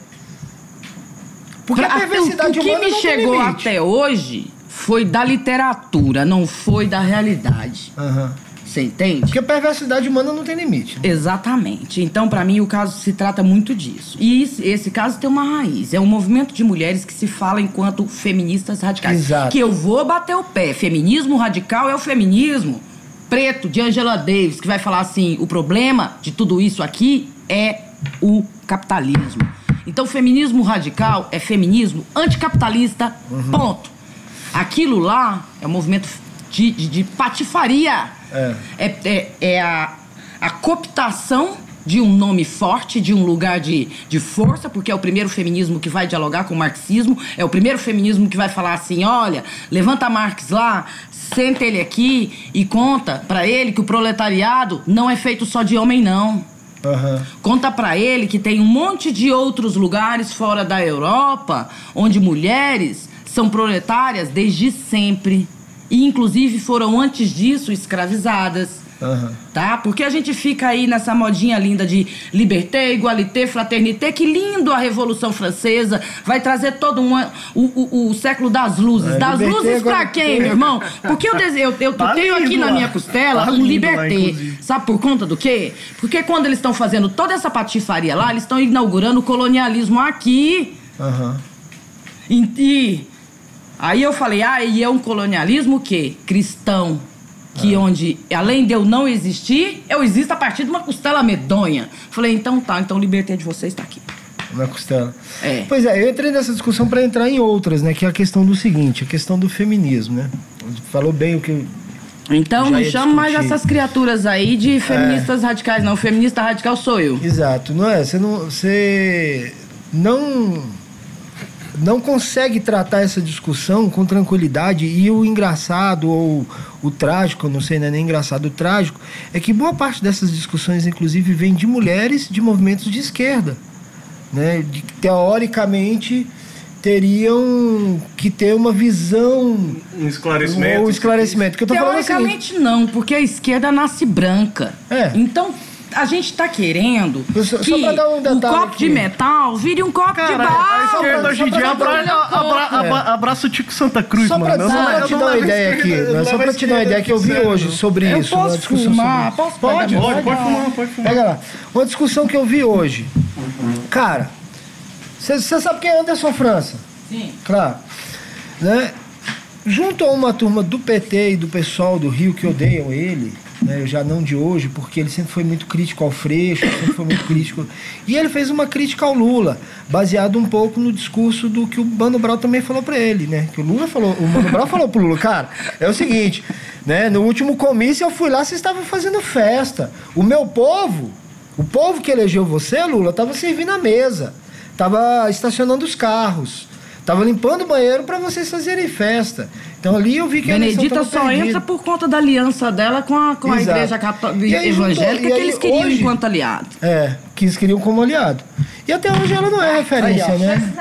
Porque a perversidade o que me chegou até hoje foi da literatura, não foi da realidade. Uhum. Você entende? Porque a perversidade humana não tem limite. Né? Exatamente. Então, para mim, o caso se trata muito disso. E esse, esse caso tem uma raiz. É um movimento de mulheres que se fala enquanto feministas radicais. Exato. Que eu vou bater o pé. Feminismo radical é o feminismo preto de Angela Davis, que vai falar assim, o problema de tudo isso aqui é o capitalismo. Então, feminismo radical é feminismo anticapitalista, uhum. ponto. Aquilo lá é um movimento de, de, de patifaria. É, é, é, é a, a cooptação de um nome forte, de um lugar de, de força, porque é o primeiro feminismo que vai dialogar com o marxismo, é o primeiro feminismo que vai falar assim, olha, levanta Marx lá, senta ele aqui e conta pra ele que o proletariado não é feito só de homem, não. Uhum. Conta pra ele que tem um monte de outros lugares fora da Europa onde mulheres são proletárias desde sempre e inclusive foram antes disso escravizadas. Uhum. Tá? Porque a gente fica aí nessa modinha linda de liberté, igualité, fraternité. Que lindo a Revolução Francesa. Vai trazer todo um, o, o, o século das luzes. É, das liberté, luzes pra quem, meu irmão? Porque eu, eu, eu tá tenho lindo, aqui na minha costela tá um liberté. Sabe por conta do quê? Porque quando eles estão fazendo toda essa patifaria lá, eles estão inaugurando o colonialismo aqui. Uhum. E, e aí eu falei, ah, e é um colonialismo o quê? Cristão. Que ah. onde, além de eu não existir, eu existo a partir de uma costela medonha. Falei, então tá, então o liberté de vocês tá aqui. Na costela. É. Pois é, eu entrei nessa discussão para entrar em outras, né? Que é a questão do seguinte, a questão do feminismo, né? Falou bem o que Então não chama mais essas criaturas aí de feministas é. radicais, não. Feminista radical sou eu. Exato, não é? Você não, você não, não consegue tratar essa discussão com tranquilidade. E o engraçado ou o trágico, não sei, não é nem engraçado, o trágico, é que boa parte dessas discussões, inclusive, vem de mulheres de movimentos de esquerda, né? De, teoricamente teriam que ter uma visão... Um esclarecimento. Um esclarecimento. Que eu tô Teoricamente falando não, porque a esquerda nasce branca. É. Então, a gente tá querendo só, que só pra dar um o copo aqui. de metal vire um copo Cara, de barro. a esquerda hoje em dia abra, abra, abra, abraça o Tico Santa Cruz, só mano. Pra, só pra te dar uma ideia aqui, né? Só pra te dar uma ideia que eu vi hoje sobre eu isso. Posso uma discussão fumar? sobre... Posso Pode, pode, pode fumar, pode fumar. Pega lá. Uma discussão que eu vi hoje. Cara, você sabe quem é Anderson França? Sim. Claro. Né? Junto a uma turma do P T e do pessoal do Rio que odeiam ele, né? Já não de hoje, porque ele sempre foi muito crítico ao Freixo, sempre foi muito crítico. E ele fez uma crítica ao Lula, baseado um pouco no discurso do que o Mano Brown também falou pra ele, né? Que o Lula falou, o Mano Brown falou pro Lula, cara, é o seguinte, né? No último comício eu fui lá, vocês estavam fazendo festa. O meu povo, o povo que elegeu você, Lula, tava servindo a mesa, tava estacionando os carros. Tava limpando o banheiro para vocês fazerem festa. Então ali eu vi que a Benedita só perdida. Entra por conta da aliança dela com a, com a igreja católica evangélica juntou, que eles queriam hoje, enquanto aliado. É, que eles queriam como aliado. E até hoje ela não é referência, aí, ó, né?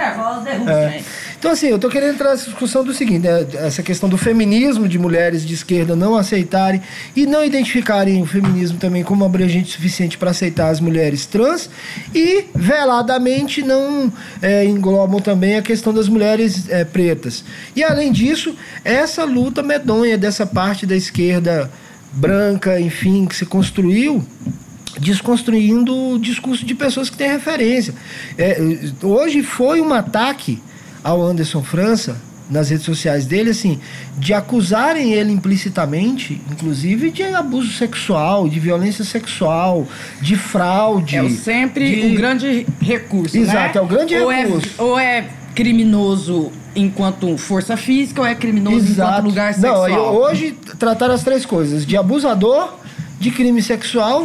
É. Então assim, eu tô querendo entrar nessa discussão do seguinte, né? Essa questão do feminismo, de mulheres de esquerda não aceitarem e não identificarem o feminismo também como abrangente suficiente para aceitar as mulheres trans e veladamente não é, englobam também a questão das mulheres é, pretas. E além disso, essa luta medonha dessa parte da esquerda branca, enfim, que se construiu, desconstruindo o discurso de pessoas que têm referência. É, hoje foi um ataque ao Anderson França, nas redes sociais dele, assim, de acusarem ele implicitamente, inclusive de abuso sexual, de violência sexual, de fraude. É sempre de... o grande recurso, Exato, né? é o grande ou recurso. É, ou é criminoso enquanto força física ou é criminoso Exato. Enquanto lugar sexual. Não, hoje trataram as três coisas, de abusador, de crime sexual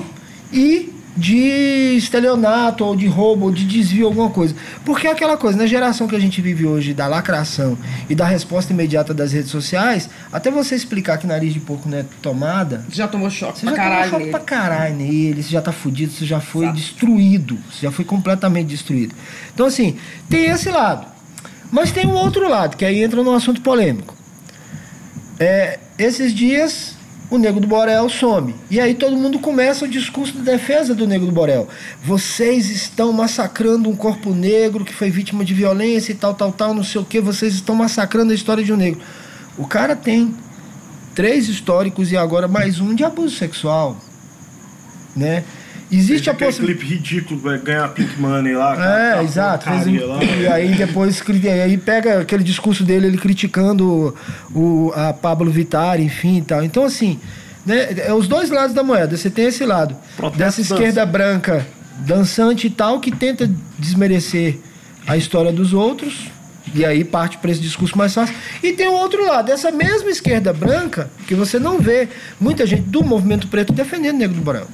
e de estelionato, ou de roubo, ou de desvio, alguma coisa. Porque é aquela coisa, na geração que a gente vive hoje, da lacração e da resposta imediata das redes sociais, até você explicar que nariz de porco não é tomada... Já tomou choque você pra já caralho tomou choque pra caralho nele, você já tá fudido, você já foi Exato. destruído, você já foi completamente destruído. Então assim, tem esse lado. Mas tem um outro lado, que aí entra num assunto polêmico. É, esses dias... o Nego do Borel some. E aí todo mundo começa o discurso de defesa do Nego do Borel. Vocês estão massacrando um corpo negro que foi vítima de violência e tal, tal, tal, não sei o que. Vocês estão massacrando a história de um negro. O cara tem três históricos e agora mais um de abuso sexual. Né? Existe a possibilidade... clipe ridículo, vai ganhar Pink Money lá. É, cara, exato. Fez um... lá. E aí depois aí pega aquele discurso dele, ele criticando o, a Pablo Vittar, enfim e tal. Então, assim, né, é os dois lados da moeda. Você tem esse lado Protesto dessa esquerda dança. branca, dançante e tal, que tenta desmerecer a história dos outros, e aí parte para esse discurso mais fácil. E tem o outro lado, essa mesma esquerda branca, que você não vê muita gente do movimento preto defendendo o Nego do Borel.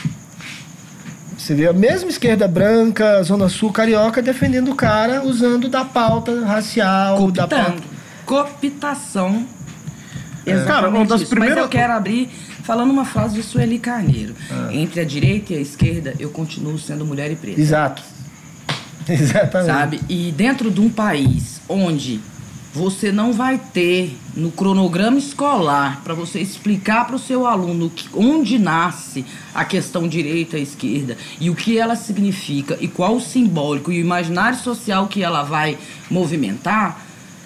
Você vê a mesma esquerda branca, Zona Sul, carioca, defendendo o cara usando da pauta racial, Cooptando. da pauta... Cooptação. É. Exatamente Cara, uma das isso. primeiras... Mas eu quero abrir falando uma frase de Sueli Carneiro. Ah. Entre a direita e a esquerda, eu continuo sendo mulher e preta. Exato. Exatamente. Sabe? E dentro de um país onde você não vai ter no cronograma escolar para você explicar para o seu aluno que, onde nasce a questão direita e esquerda e o que ela significa e qual o simbólico e o imaginário social que ela vai movimentar,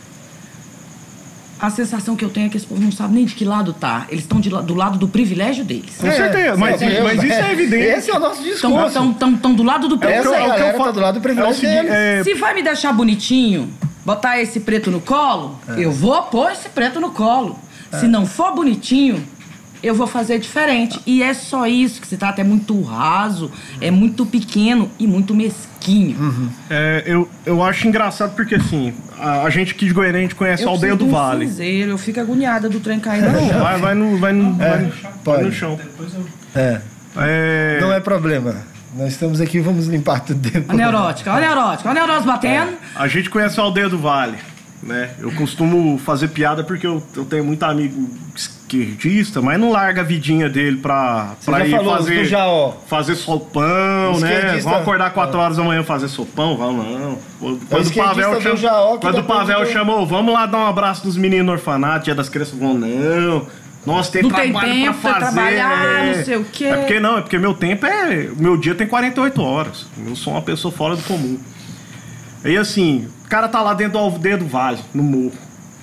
a sensação que eu tenho é que esse povo não sabe nem de que lado tá. Eles estão do lado do privilégio deles. Com certeza, mas, é, mas isso é evidente. Esse é o nosso discurso. Estão do lado do privilégio. Essa galera tá do lado do privilégio é deles. É... Se vai me deixar bonitinho, botar esse preto no colo, é. eu vou pôr esse preto no colo. É. Se não for bonitinho, eu vou fazer diferente. E é só isso que se trata. É muito raso, é muito pequeno e muito mesquinho. pouquinho. Uhum. É, eu, eu acho engraçado porque, assim, a, a gente aqui de Goiânia, a gente conhece a Aldeia do um Vale. Cinzeiro, eu fico agoniada do trem caindo. Vai, vai no, vai no, É, vai no, pode. vai no chão. É. É... Não é problema. Nós estamos aqui, vamos limpar tudo dentro. A neurótica, olha a neurótica, olha a neurose batendo. A gente conhece a Aldeia do Vale, né? Eu costumo fazer piada porque eu, eu tenho muito amigo esquerdista, mas não larga a vidinha dele pra, Você pra já ir falou do fazer, Jaó. fazer sopão, né? Esquerdista- Vão acordar quatro horas da manhã fazer sopão? Vamos não. Quando o esquerdista Pavel do chama, Jaó que quando o depois Pavel de- chamou, vamos lá dar um abraço nos meninos no orfanato, dia das crianças, vão não. Nossa, tem Não tem trabalho tempo pra pra fazer. trabalhar, é. não sei o quê. É porque não, é porque meu tempo é. Meu dia tem quarenta e oito horas. Eu sou uma pessoa fora do comum. Aí assim, o cara tá lá dentro da Aldeia do Vale, no morro.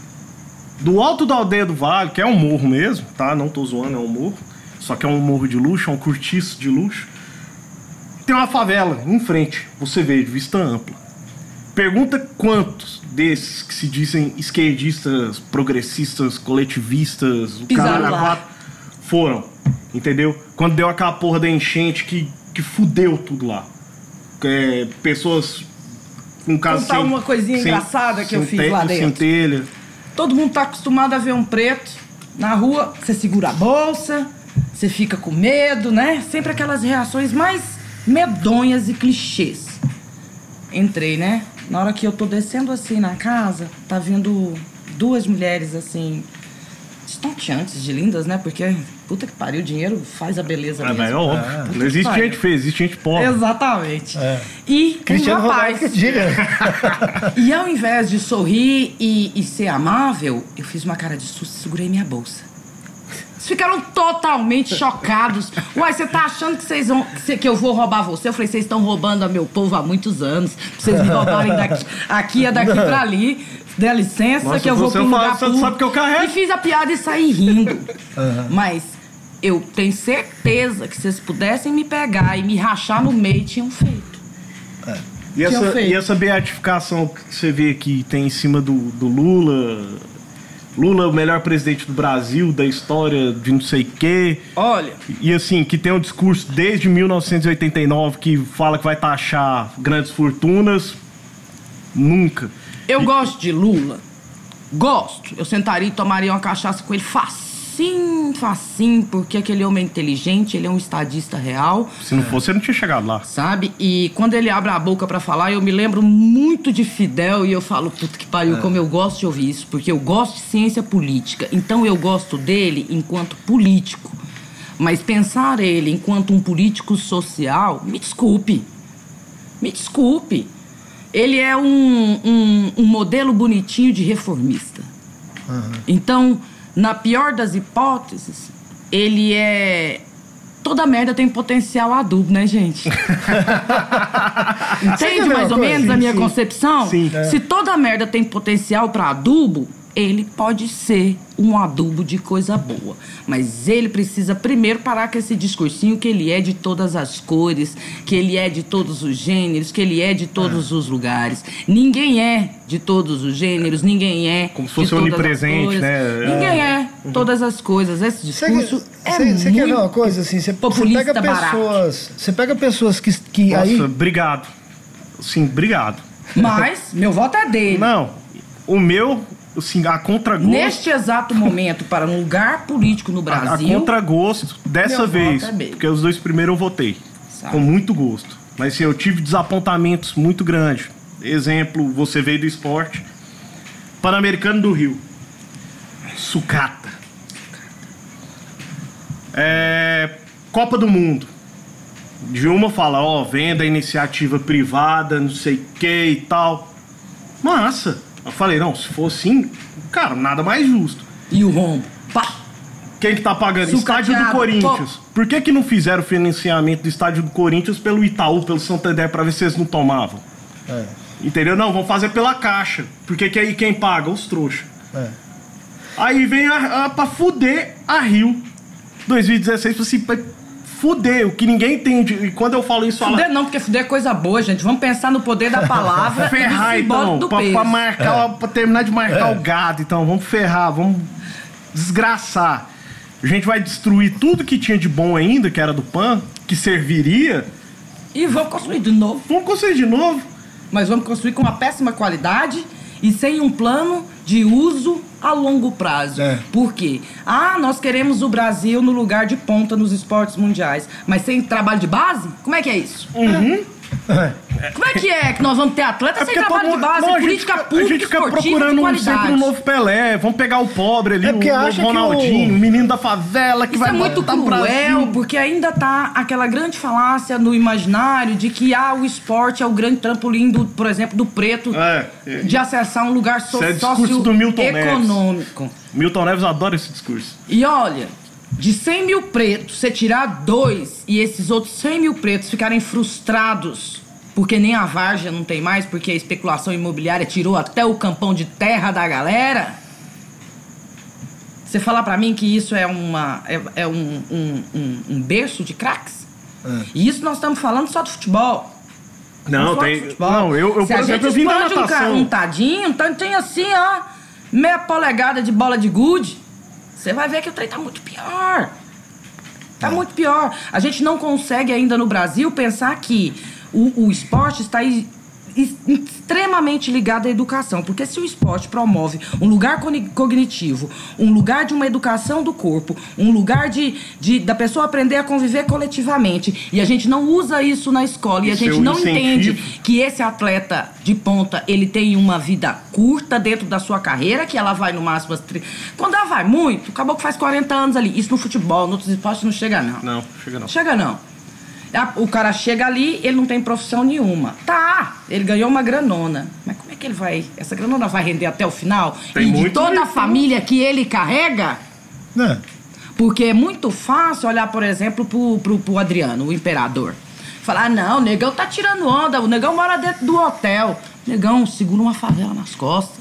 Do alto da Aldeia do Vale, que é um morro mesmo, tá? Não tô zoando, é um morro. Só que é um morro de luxo, é um cortiço de luxo. Tem uma favela em frente, você vê, de vista ampla. Pergunta quantos desses que se dizem esquerdistas, progressistas, coletivistas, o Pisaram cara lá. quatro, foram, entendeu? Quando deu aquela porra da enchente que, que fudeu tudo lá. É, pessoas com casa Contar uma coisinha engraçada que eu fiz te- lá dentro. Sem telha. Todo mundo tá acostumado a ver um preto na rua, você segura a bolsa, você fica com medo, né? Sempre aquelas reações mais medonhas e clichês. Entrei, né? Na hora que eu tô descendo assim na casa, tá vindo duas mulheres assim, estonteantes de lindas, né? Porque, puta que pariu, o dinheiro faz a beleza Ah, mesmo. mas é óbvio. Ah. Não existe Pariu. gente feia, existe gente pobre. Exatamente. É. E Cristiano um rapaz... Ronaldo que diga. E ao invés de sorrir e, e ser amável, eu fiz uma cara de susto e segurei minha bolsa. Eles ficaram totalmente chocados. Uai, você tá achando que, vocês vão, que, cê- que eu vou roubar você? Eu falei, vocês estão roubando a meu povo há muitos anos. Pra vocês me roubarem daqui, aqui é daqui pra ali. Dê licença Nossa, que eu vou você pra um fala, lugar você público. sabe que eu carrego. E fiz a piada e saí rindo. Mas eu tenho certeza que se vocês pudessem me pegar e me rachar no meio, tinham feito. E essa, Tinham feito. e essa beatificação que você vê que tem em cima do, do Lula. Lula é o melhor presidente do Brasil, da história de não sei o quê. Olha, E assim, que tem um discurso desde mil novecentos e oitenta e nove que fala que vai taxar grandes fortunas. Nunca. eu gosto de Lula. Gosto. Eu sentaria e tomaria uma cachaça com ele facinho, facinho, porque aquele homem é inteligente, ele é um estadista real, Se não fosse, eu não tinha chegado lá. sabe? E quando ele abre a boca pra falar, eu me lembro muito de Fidel e eu falo, puta que pariu, como eu gosto de ouvir isso, porque eu gosto de ciência política. Então eu gosto dele enquanto político. Mas pensar ele enquanto um político social, me desculpe. Me desculpe. Ele é um, um, um modelo bonitinho de reformista. Então, na pior das hipóteses, ele é... Toda merda tem potencial adubo, né, gente? Entende mais ou menos a minha Sim, sim. concepção? Sim. Se toda merda tem potencial pra adubo, ele pode ser um adubo de coisa boa. Mas ele precisa primeiro parar com esse discursinho que ele é de todas as cores, que ele é de todos os gêneros, que ele é de todos os lugares. Ninguém é de todos os gêneros, ninguém é Como se de fosse todas as onipresente, cores. né? Ninguém é todas as coisas. Esse discurso é Você muito quer ver uma coisa assim? Você populista pega barato. pessoas. Você pega pessoas que, que Nossa, aí. obrigado. Sim, obrigado. Mas meu voto é dele. Não, o meu, assim, a contragosto... Neste exato momento, para um lugar político no A, a Brasil... contragosto, dessa Meu vez, voto é bem. porque os dois primeiros eu votei, Sabe. com muito gosto. Mas assim, eu tive desapontamentos muito grandes. Exemplo, você veio do esporte. Pan-Americano do Rio. Sucata. É, Copa do Mundo. Dilma fala, ó, venda iniciativa privada, não sei o que e tal. Massa. Eu falei, não, se for assim, cara, nada mais justo. E o rombo. Pá. Quem que tá pagando? Sucateado, Estádio do Corinthians. Por que que não fizeram o financiamento do estádio do Corinthians pelo Itaú, pelo Santander, pra ver se eles não tomavam? É, Entendeu? Não, vão fazer pela Caixa. Porque que aí quem paga? Os trouxas. é. Aí vem a, a, pra fuder a Rio. dois mil e dezesseis, assim, pra fuder, o que ninguém entende. E quando eu falo isso, fala... Fuder não, porque fuder é coisa boa, gente. Vamos pensar no poder da palavra. Ferrar, e do simbólico então, do pra, peso. pra marcar, pra terminar de marcar o gado, então, vamos ferrar, vamos desgraçar. A gente vai destruir tudo que tinha de bom ainda, que era do P A N, que serviria, E vamos construir de novo. Vamos construir de novo. Mas vamos construir com uma péssima qualidade e sem um plano de uso a longo prazo. É. Por quê? Ah, nós queremos o Brasil no lugar de ponta nos esportes mundiais. Mas sem trabalho de base? Como é que é isso? Uhum. É. Como é que é que nós vamos ter atleta É sem porque trabalho todo de mundo- base, não, a gente política fica- pública, A gente fica esportiva procurando de um, qualidade. sempre um novo Pelé. Vamos pegar o pobre ali, É o porque acha que novo Ronaldinho, o- o menino da favela que Isso vai é muito botar o cruel, Brasil. porque ainda tá aquela grande falácia no imaginário de que ah, o esporte é o grande trampolim, do, por exemplo, do preto, É. de acessar um lugar so Isso é discurso do Milton Neves. socioeconômico. Milton Neves adora esse discurso. E olha, de cem mil pretos, você tirar dois e esses outros cem mil pretos ficarem frustrados porque nem a várzea não tem mais, porque a especulação imobiliária tirou até o campão de terra da galera. Você falar pra mim que isso é, uma, é, é um, um, um, um berço de craques? É. E isso nós estamos falando só do futebol. Não, Vamos falar tem. de futebol. Não, eu, eu Se por a exemplo, gente eu vim da expande um, ca- natação. um tadinho, um tantinho assim, ó, meia polegada de bola de gude, você vai ver que o trem tá muito pior. Tá muito pior. A gente não consegue ainda no Brasil pensar que o, o esporte está aí es- extremamente ligado à educação. Porque se o esporte promove um lugar coni- cognitivo, um lugar de uma educação do corpo, um lugar de, de, da pessoa aprender a conviver coletivamente, e a gente não usa isso na escola, e a Isso gente é um não incentivo. entende que esse atleta de ponta, ele tem uma vida curta dentro da sua carreira, que ela vai no máximo... As tri... Quando ela vai muito, acabou que faz quarenta anos ali. Isso no futebol, nos outros esportes não chega não. Não, chega não. Chega não. A- O cara chega ali, ele não tem profissão nenhuma. Tá, ele ganhou uma granona. Mas como é que ele vai... Essa granona vai render até o final? Tem e de muito toda a isso. família que ele carrega? Né? Porque é muito fácil olhar, por exemplo, pro, pro, pro Adriano, o imperador. Falar, ah, não, o negão tá tirando onda, o negão mora dentro do hotel. O negão segura uma favela nas costas.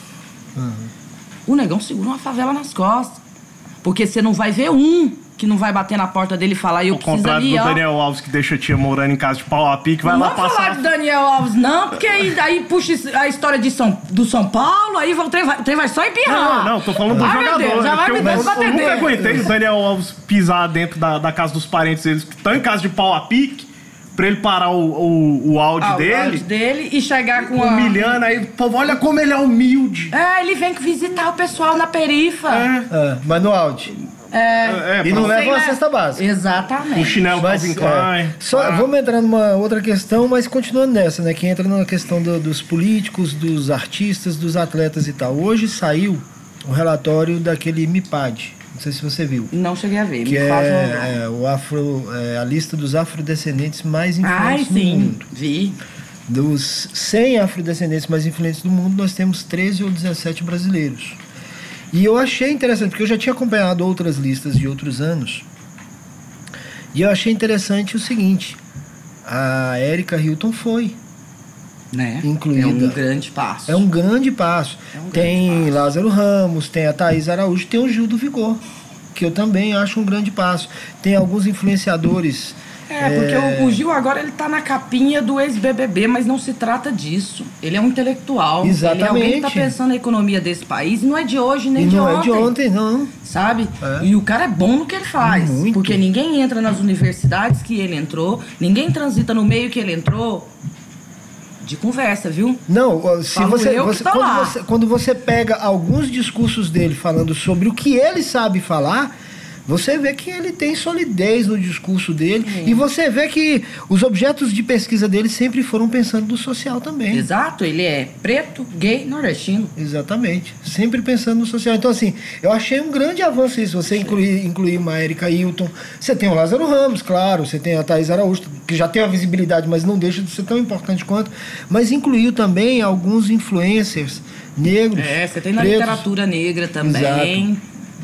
O negão segura uma favela nas costas. Porque você não vai ver um que não vai bater na porta dele e falar, eu Ao preciso contrário ali, do ó. Daniel Alves que deixa a tia morando em casa de pau a pique, vai Não lá vou falar passar. de Daniel Alves, não, porque aí, aí puxa a história de São, do São Paulo, aí o trem vai, o trem vai só empirrar. Não, não, tô falando do Ai, meu jogador. Deus, já vai porque me eu, Deus, vai eu nunca atender. aguentei o Daniel Alves pisar dentro da, da casa dos parentes deles que estão em casa de pau a pique, pra ele parar o, o, o áudio Ah, o dele, áudio dele e chegar com a... humilhando, aí o povo, olha como ele é humilde. É, ele vem visitar o pessoal na perifa. É. É, mas no áudio. É. É, E não pra- leva Sei, uma né? cesta básica. Exatamente. o chinelo Mas, Calvin Klein. é, só, Ah. vamos entrar numa outra questão, mas continuando nessa, né? Que entra na questão do- dos políticos, dos artistas, dos atletas e tal. Hoje saiu o relatório daquele MIPAD. Não sei se você viu. Não cheguei a ver, Que me faz um... é, é, o afro, é, a lista dos afrodescendentes mais Ai, influentes no sim, mundo. vi. Dos cem afrodescendentes mais influentes do mundo, nós temos treze ou dezessete brasileiros. E eu achei interessante, porque eu já tinha acompanhado outras listas de outros anos, e eu achei interessante o seguinte: a Erika Hilton foi Né? incluída. É um grande passo. É um grande passo. É um grande tem passo. Lázaro Ramos, tem a Thaís Araújo, tem o Gil do Vigor, que eu também acho um grande passo. Tem alguns influenciadores. É, porque O, o Gil agora ele tá na capinha do ex-B B B, mas não se trata disso. Ele é um intelectual. Exatamente. Ele é alguém que tá pensando na economia desse país. E não é de hoje nem E de não ontem. é de ontem, não. Sabe? É. E o cara é bom no que ele faz. Muito. Porque ninguém entra nas universidades que ele entrou, ninguém transita no meio que ele entrou de conversa, viu? Não, ó, se Falo você, eu que você, tô quando lá. você quando você pega alguns discursos dele falando sobre o que ele sabe falar, você vê que ele tem solidez no discurso dele e você vê que os objetos de pesquisa dele sempre foram pensando no social também. Exato, ele é preto, gay, nordestino. Exatamente, sempre pensando no social. Então, assim, eu achei um grande avanço isso. Você incluir, incluir uma Erika Hilton, você tem o Lázaro Ramos, claro, você tem a Thaís Araújo, que já tem a visibilidade, mas não deixa de ser tão importante quanto. Mas incluiu também alguns influencers negros. É, você tem na pretos. literatura negra também.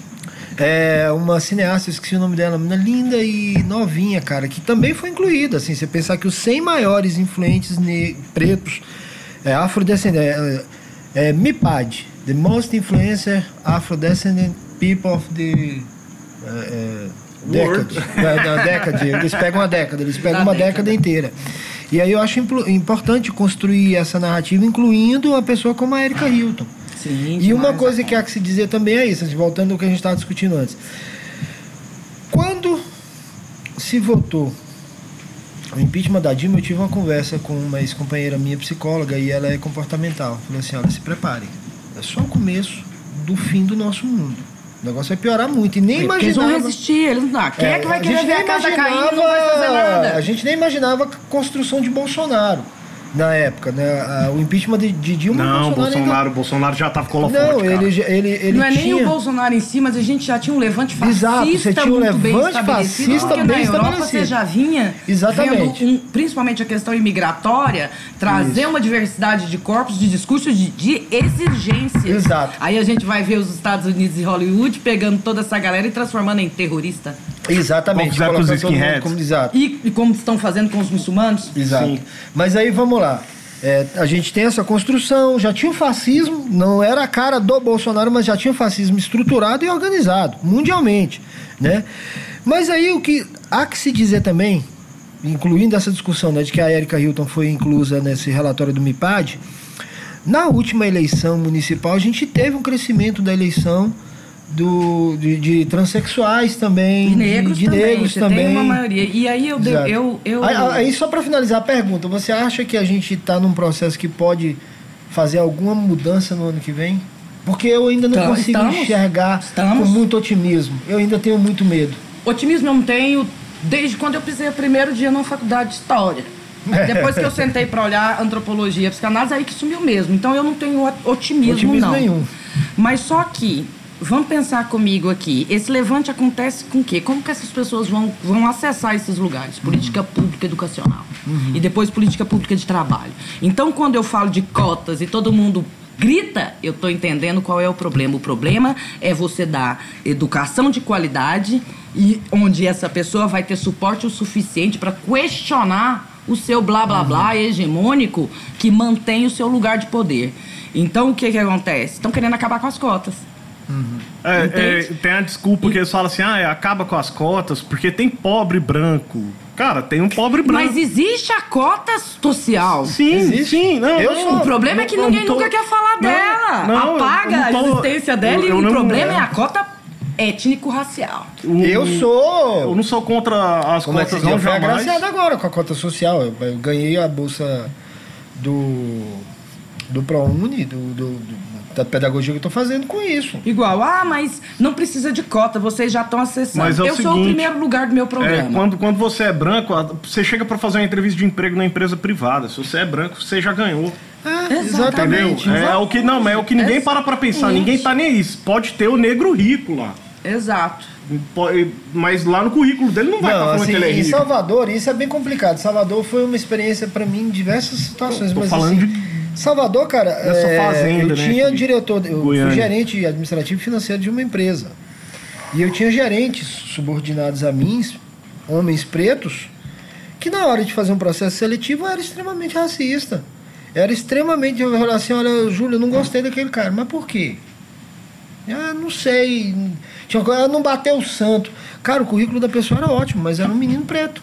É, uma cineasta, eu esqueci o nome dela, uma linda e novinha, cara, que também foi incluída. Assim, você pensar que os cem maiores influentes ne- pretos, é, afrodescendentes, é, é, MIPAD, The Most Influencer Afrodescendent People of the é, é, Decade. Da, da década. Eles pegam uma década, eles pegam Da uma década. década inteira. E aí eu acho implo- importante construir essa narrativa, incluindo uma pessoa como a Erika Hilton. Sim, E uma demais, coisa a que há que se dizer também é isso, assim, voltando ao que a gente estava discutindo antes. Quando se votou o impeachment da Dilma, eu tive uma conversa com uma ex-companheira minha, psicóloga, e ela é comportamental. Falou assim, olha, se prepare. É só o começo do fim do nosso mundo. O negócio vai piorar muito. E nem imaginava... Eles vão resistir. Eles não... Ah, quem é, é que vai querer ver a casa caindo e não vai fazer nada? A gente nem imaginava a construção de Bolsonaro. Na época, né? O impeachment de, de Dilma... Não, Bolsonaro, Bolsonaro, ainda... Bolsonaro já tava com Não, ele, ele, ele Não é tinha... nem o Bolsonaro em si, mas a gente já tinha um levante fascista. Exato, você tinha um levante fascista porque bem na Europa estabelecido. você já vinha Exatamente. vendo, um, principalmente a questão imigratória, trazer Isso. uma diversidade de corpos, de discursos, de, de exigências. Exato. Aí a gente vai ver os Estados Unidos e Hollywood pegando toda essa galera e transformando em terrorista. Exatamente. Como os skinheads. Como, exato. E, e como estão fazendo com os muçulmanos. Exato. Sim. Mas aí, vamos lá. É, a gente tem essa construção, já tinha o fascismo, não era a cara do Bolsonaro, mas já tinha o fascismo estruturado e organizado, mundialmente, né? Mas aí o que há que se dizer também, incluindo essa discussão, né, de que a Erika Hilton foi inclusa nesse relatório do MIPAD, na última eleição municipal a gente teve um crescimento da eleição do, de, de transexuais também, de negros de, de também, negros você também. tem uma maioria. E aí eu... eu, eu, eu... Aí, aí só para finalizar a pergunta, você acha que a gente está num processo que pode fazer alguma mudança no ano que vem? Porque eu ainda não Então, consigo estamos, enxergar estamos. com muito otimismo. Eu ainda tenho muito medo. Otimismo eu não tenho desde quando eu pisei o primeiro dia na faculdade de História. Depois que eu sentei para olhar antropologia, psicanálise, aí que sumiu mesmo. Então eu não tenho otimismo, otimismo não. nenhum. Mas só que, vamos pensar comigo aqui, esse levante acontece com o quê? Como que essas pessoas vão, vão acessar esses lugares? Política pública educacional. Uhum. E depois política pública de trabalho. Então quando eu falo de cotas e todo mundo grita, eu estou entendendo qual é o problema. O problema é você dar educação de qualidade e onde essa pessoa vai ter suporte o suficiente para questionar o seu blá blá blá uhum. hegemônico que mantém o seu lugar de poder. Então o que que acontece? Estão querendo acabar com as cotas. Uhum. É, é, tem a desculpa e... que eles falam assim, ah, acaba com as cotas porque tem pobre branco. Cara, tem um pobre branco. Mas existe a cota social. Sim, existe. sim. Não, eu não, sou, o problema não, é que ninguém tô... nunca quer falar não, dela. Não, Apaga tô... a existência dela eu, eu e o não, problema é... é a cota étnico-racial. Eu sou... Eu não sou contra as Como cotas, é que não, eu fui jamais. agraciado agora com a cota social. Eu, eu ganhei a bolsa do, do ProUni, do, do, do, da pedagogia que eu estou fazendo com isso. Igual, ah, mas não precisa de cota, vocês já estão acessando. Mas é o eu seguinte, sou o primeiro lugar do meu programa. É, quando, quando você é branco, você chega para fazer uma entrevista de emprego na empresa privada. Se você é branco, você já ganhou. É, exatamente. Entendeu? É, é o que, não, é o que ninguém para para pensar. Ninguém tá nem aí. Pode ter o negro rico lá. Exato. Mas lá no currículo dele não vai não, estar falando assim, que ele é rico. Em Salvador, isso é bem complicado. Salvador foi uma experiência para mim em diversas situações. Eu tô mas falando assim, de... Salvador, cara, é, fazenda, eu né, tinha diretor, eu Goiânia. fui gerente administrativo e financeiro de uma empresa. E eu tinha gerentes subordinados a mim, homens pretos, que na hora de fazer um processo seletivo era extremamente racista. Era extremamente... Eu falava assim, olha, Júlio, eu não gostei daquele cara. Mas por quê? Ah, não sei. Tinha coisa, não bateu o santo. Cara, o currículo da pessoa era ótimo, mas era um menino preto.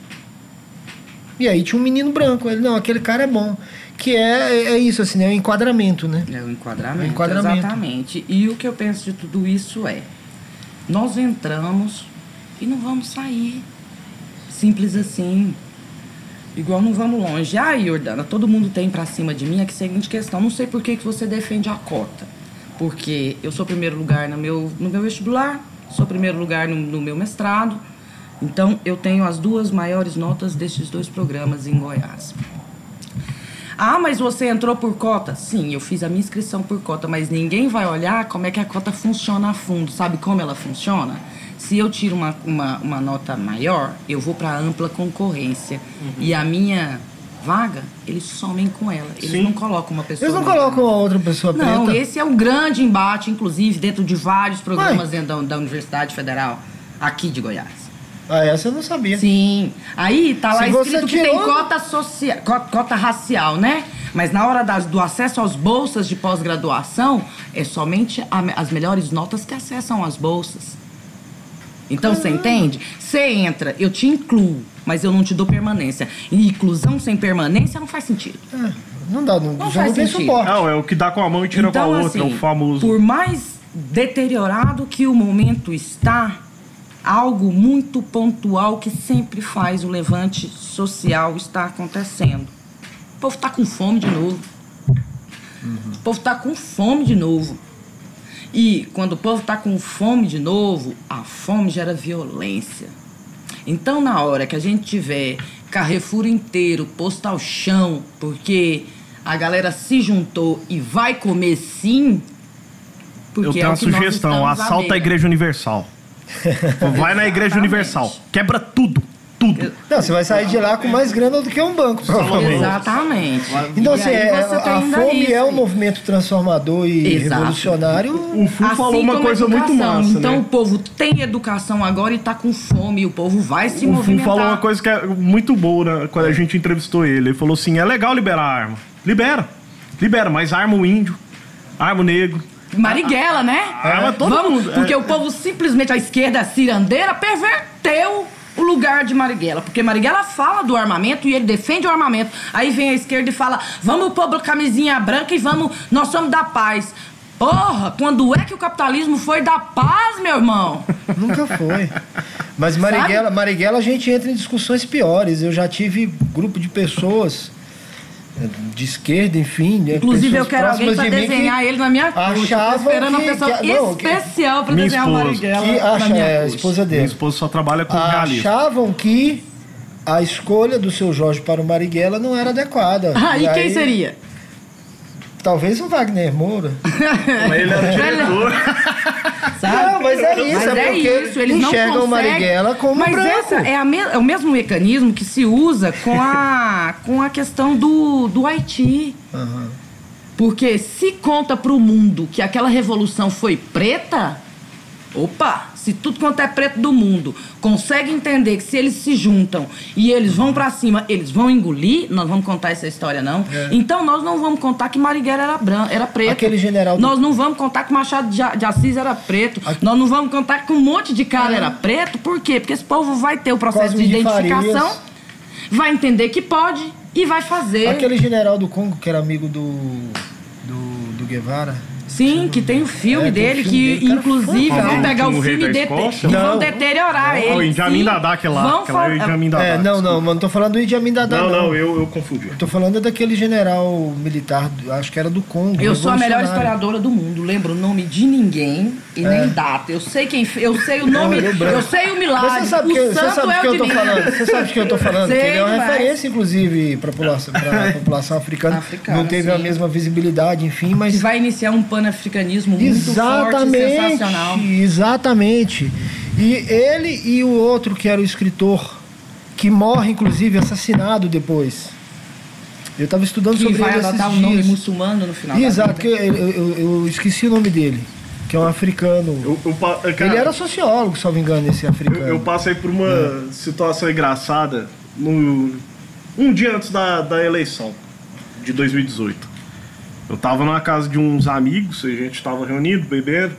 E aí tinha um menino branco. Ele, não, aquele cara é bom. Que é, é isso, assim, né? O enquadramento, né? É o enquadramento, é o enquadramento, exatamente. E o que eu penso de tudo isso é... Nós entramos e não vamos sair. Simples assim. Igual não vamos longe. Ah, Jordana, todo mundo tem pra cima de mim. É que é a seguinte questão. Não sei por que que você defende a cota. Porque eu sou primeiro lugar no meu, no meu vestibular. Sou primeiro lugar no, no meu mestrado. Então, eu tenho as duas maiores notas destes dois programas em Goiás. Ah, mas você entrou por cota? Sim, eu fiz a minha inscrição por cota, mas ninguém vai olhar como é que a cota funciona a fundo. Sabe como ela funciona? Se eu tiro uma, uma, uma nota maior, eu vou para ampla concorrência. Uhum. E a minha vaga, eles somem com ela. Eles Sim. não colocam uma pessoa... Eles não colocam uma outra pessoa preta? Não, esse é um grande embate, inclusive, dentro de vários programas dentro da, da Universidade Federal, aqui de Goiás. Ah, essa eu não sabia. Sim. Aí tá lá Se escrito tirou... que tem cota, social, cota, cota racial, né? Mas na hora das, do acesso às bolsas de pós-graduação, é somente a, as melhores notas que acessam as bolsas. Então, você entende? Você entra, eu te incluo, mas eu não te dou permanência. E inclusão sem permanência não faz sentido. É, não dá, não, não já faz não tem sentido. suporte. Não, é o que dá com a mão e tira então, com a outra, assim, é o famoso. Por mais deteriorado que o momento está... algo muito pontual que sempre faz o levante social estar acontecendo. O povo está com fome de novo. Uhum. O povo está com fome de novo. E quando o povo está com fome de novo, a fome gera violência. Então, na hora que a gente tiver Carrefour inteiro posto ao chão, porque a galera se juntou e vai comer sim, porque eu tenho é uma o que sugestão, assalta a Igreja Universal. Vai na Igreja Universal, quebra tudo, tudo. Não, você vai sair de lá com mais grana do que um banco, provavelmente. Exatamente. Então, assim, é, a fome isso, é um movimento transformador e exato. revolucionário. O F U assim falou uma coisa educação. muito massa, Então, né? o povo tem educação agora e tá com fome, e o povo vai se o movimentar. O F U falou uma coisa que é muito boa, né, quando a gente entrevistou ele. Ele falou assim, é legal liberar a arma. Libera, libera, mas arma o índio, arma o negro. Marighella, né? Arma todo Vamos, mundo. porque é. o povo simplesmente, a esquerda cirandeira, perverteu o lugar de Marighella. Porque Marighella fala do armamento e ele defende o armamento. Aí vem a esquerda e fala, vamos pôr camisinha branca e vamos, nós somos da paz. Porra, quando é que o capitalismo foi da paz, meu irmão? Nunca foi. Mas Marighella, Marighella a gente entra em discussões piores. Eu já tive grupo de pessoas de esquerda, enfim. Inclusive eu quero alguém para desenhar ele na minha coxa. Achavam Tô esperando que, uma pessoa que, não, especial para minha desenhar o esposa, Marighella que na acha, minha é, a coxa. esposa dele. Minha esposa só trabalha com realismo. Achavam que a escolha do seu Jorge para o Marighella não era adequada. Ah, e, e quem aí, seria? Talvez o Wagner Moura. Mas ele era diretor. Sabe? Não, mas é isso, Mas é é porque isso, eles não enxergam o conseguem. Marighella como Mas branco. essa é, a me, é o mesmo mecanismo que se usa com a, com a questão do, do Haiti. Uhum. Porque se conta pro mundo que aquela revolução foi preta, opa, se tudo quanto é preto do mundo consegue entender que se eles se juntam e eles vão pra cima, eles vão engolir, nós vamos contar essa história não. É. Então nós não vamos contar que Marighella era branco, era preto. Aquele general do... Nós não vamos contar que Machado de de Assis era preto. Aqui... Nós não vamos contar que um monte de cara é. era preto. Por quê? Porque esse povo vai ter o processo Cosme de de identificação, Farias. vai entender que pode e vai fazer. Aquele general do Congo que era amigo do, do, do Guevara. Sim, que tem o filme É, tem dele, o filme que dele, cara, inclusive foi. vão pegar Último o rei filme da e, dete- Escócia? e Não. vão deteriorar Não, ele. o Idi Amin Sim, Dada, lá. vão Aquela é o Idi falar- Amin Dada. É, não, não, mas não tô falando do Idi Amin Dada, Não, não. não, eu, eu confundi. Tô falando daquele general militar, acho que era do Congo. Eu sou a melhor revolucionário. historiadora do mundo, lembro o nome de ninguém e É. nem data. Eu sei quem, fe- eu sei o nome, Não, eu eu sei o milagre. Mas você sabe, o que, você santo sabe é de que o eu tô de mim. falando? Você sabe de que eu tô falando? Sei que ele é uma demais. referência, inclusive, para a população, pra população africana. Africana, Não teve a sim. mesma visibilidade, enfim, mas... Que vai iniciar um panafricanismo muito forte e sensacional. Exatamente. E ele e o outro que era o escritor, que morre, inclusive, assassinado depois. Eu estava estudando Que sobre vai ele esses adotar o dias. nome muçulmano no final Exato, da que vida. eu, eu- eu esqueci o nome dele, que é um africano. Eu, eu, pa- cara, Ele era sociólogo, se não me engano, esse africano. eu, eu passei por uma situação engraçada no, um dia antes da, da eleição de dois mil e dezoito. Eu tava na casa de uns amigos, a gente tava reunido, bebendo,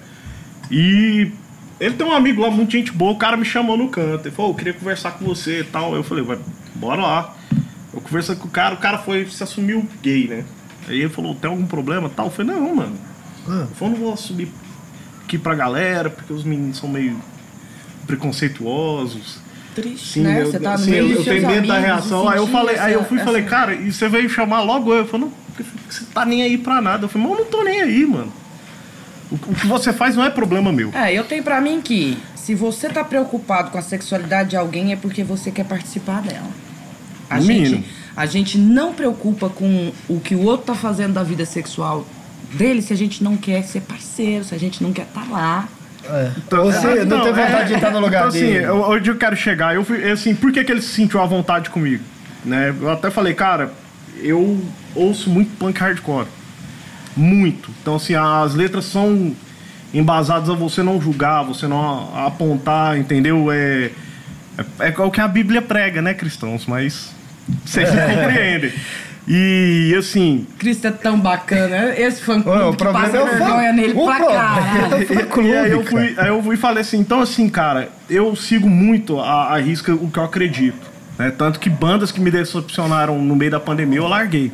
e ele tem um amigo lá, muito gente boa, o cara me chamou no canto, ele falou, eu queria conversar com você e tal. Eu falei, vai, bora lá. Eu conversei com o cara, o cara foi, se assumiu gay, né? Aí ele falou, tem algum problema tal? Eu falei, não, mano. Ah. Eu falei, não vou subir aqui pra galera, porque os meninos são meio preconceituosos. Triste, Sim, né? eu, Você tá no sim, meio eu, dos eu seus tenho medo da amigos, reação. e Aí eu sentir falei, aí eu fui e essa- falei, essa- cara, e você veio chamar logo eu? Eu falei, não, porque você tá nem aí pra nada. Eu falei, mas eu não tô nem aí, mano. O, o que você faz não é problema meu. É, eu tenho pra mim que se você tá preocupado com a sexualidade de alguém é porque você quer participar dela. A No gente, mínimo. a gente não preocupa com o que o outro tá fazendo da vida sexual dele se a gente não quer ser parceiro, se a gente não quer estar tá lá. É. Então, Você é, não, tem vontade é, de estar no lugar então, assim, dele. eu- onde eu quero chegar, eu fui, assim, por que, que ele se sentiu à vontade comigo? Né? Eu até falei, cara, eu ouço muito punk hardcore. Muito. Então, assim, as letras são embasadas a você não julgar, você não apontar, entendeu? É, é, é o que a Bíblia prega, né, cristãos? Mas vocês me compreendem. E, assim... Cristo é tão bacana. Esse fã clube Ô, o que problema passa é o fã- vergonha nele o pra problema caralho. é o fã-clube, E aí eu fui, cara. aí eu fui e falei assim, então assim, cara, eu sigo muito a, a risca o que eu acredito. Né? Tanto que bandas que me decepcionaram no meio da pandemia, eu larguei.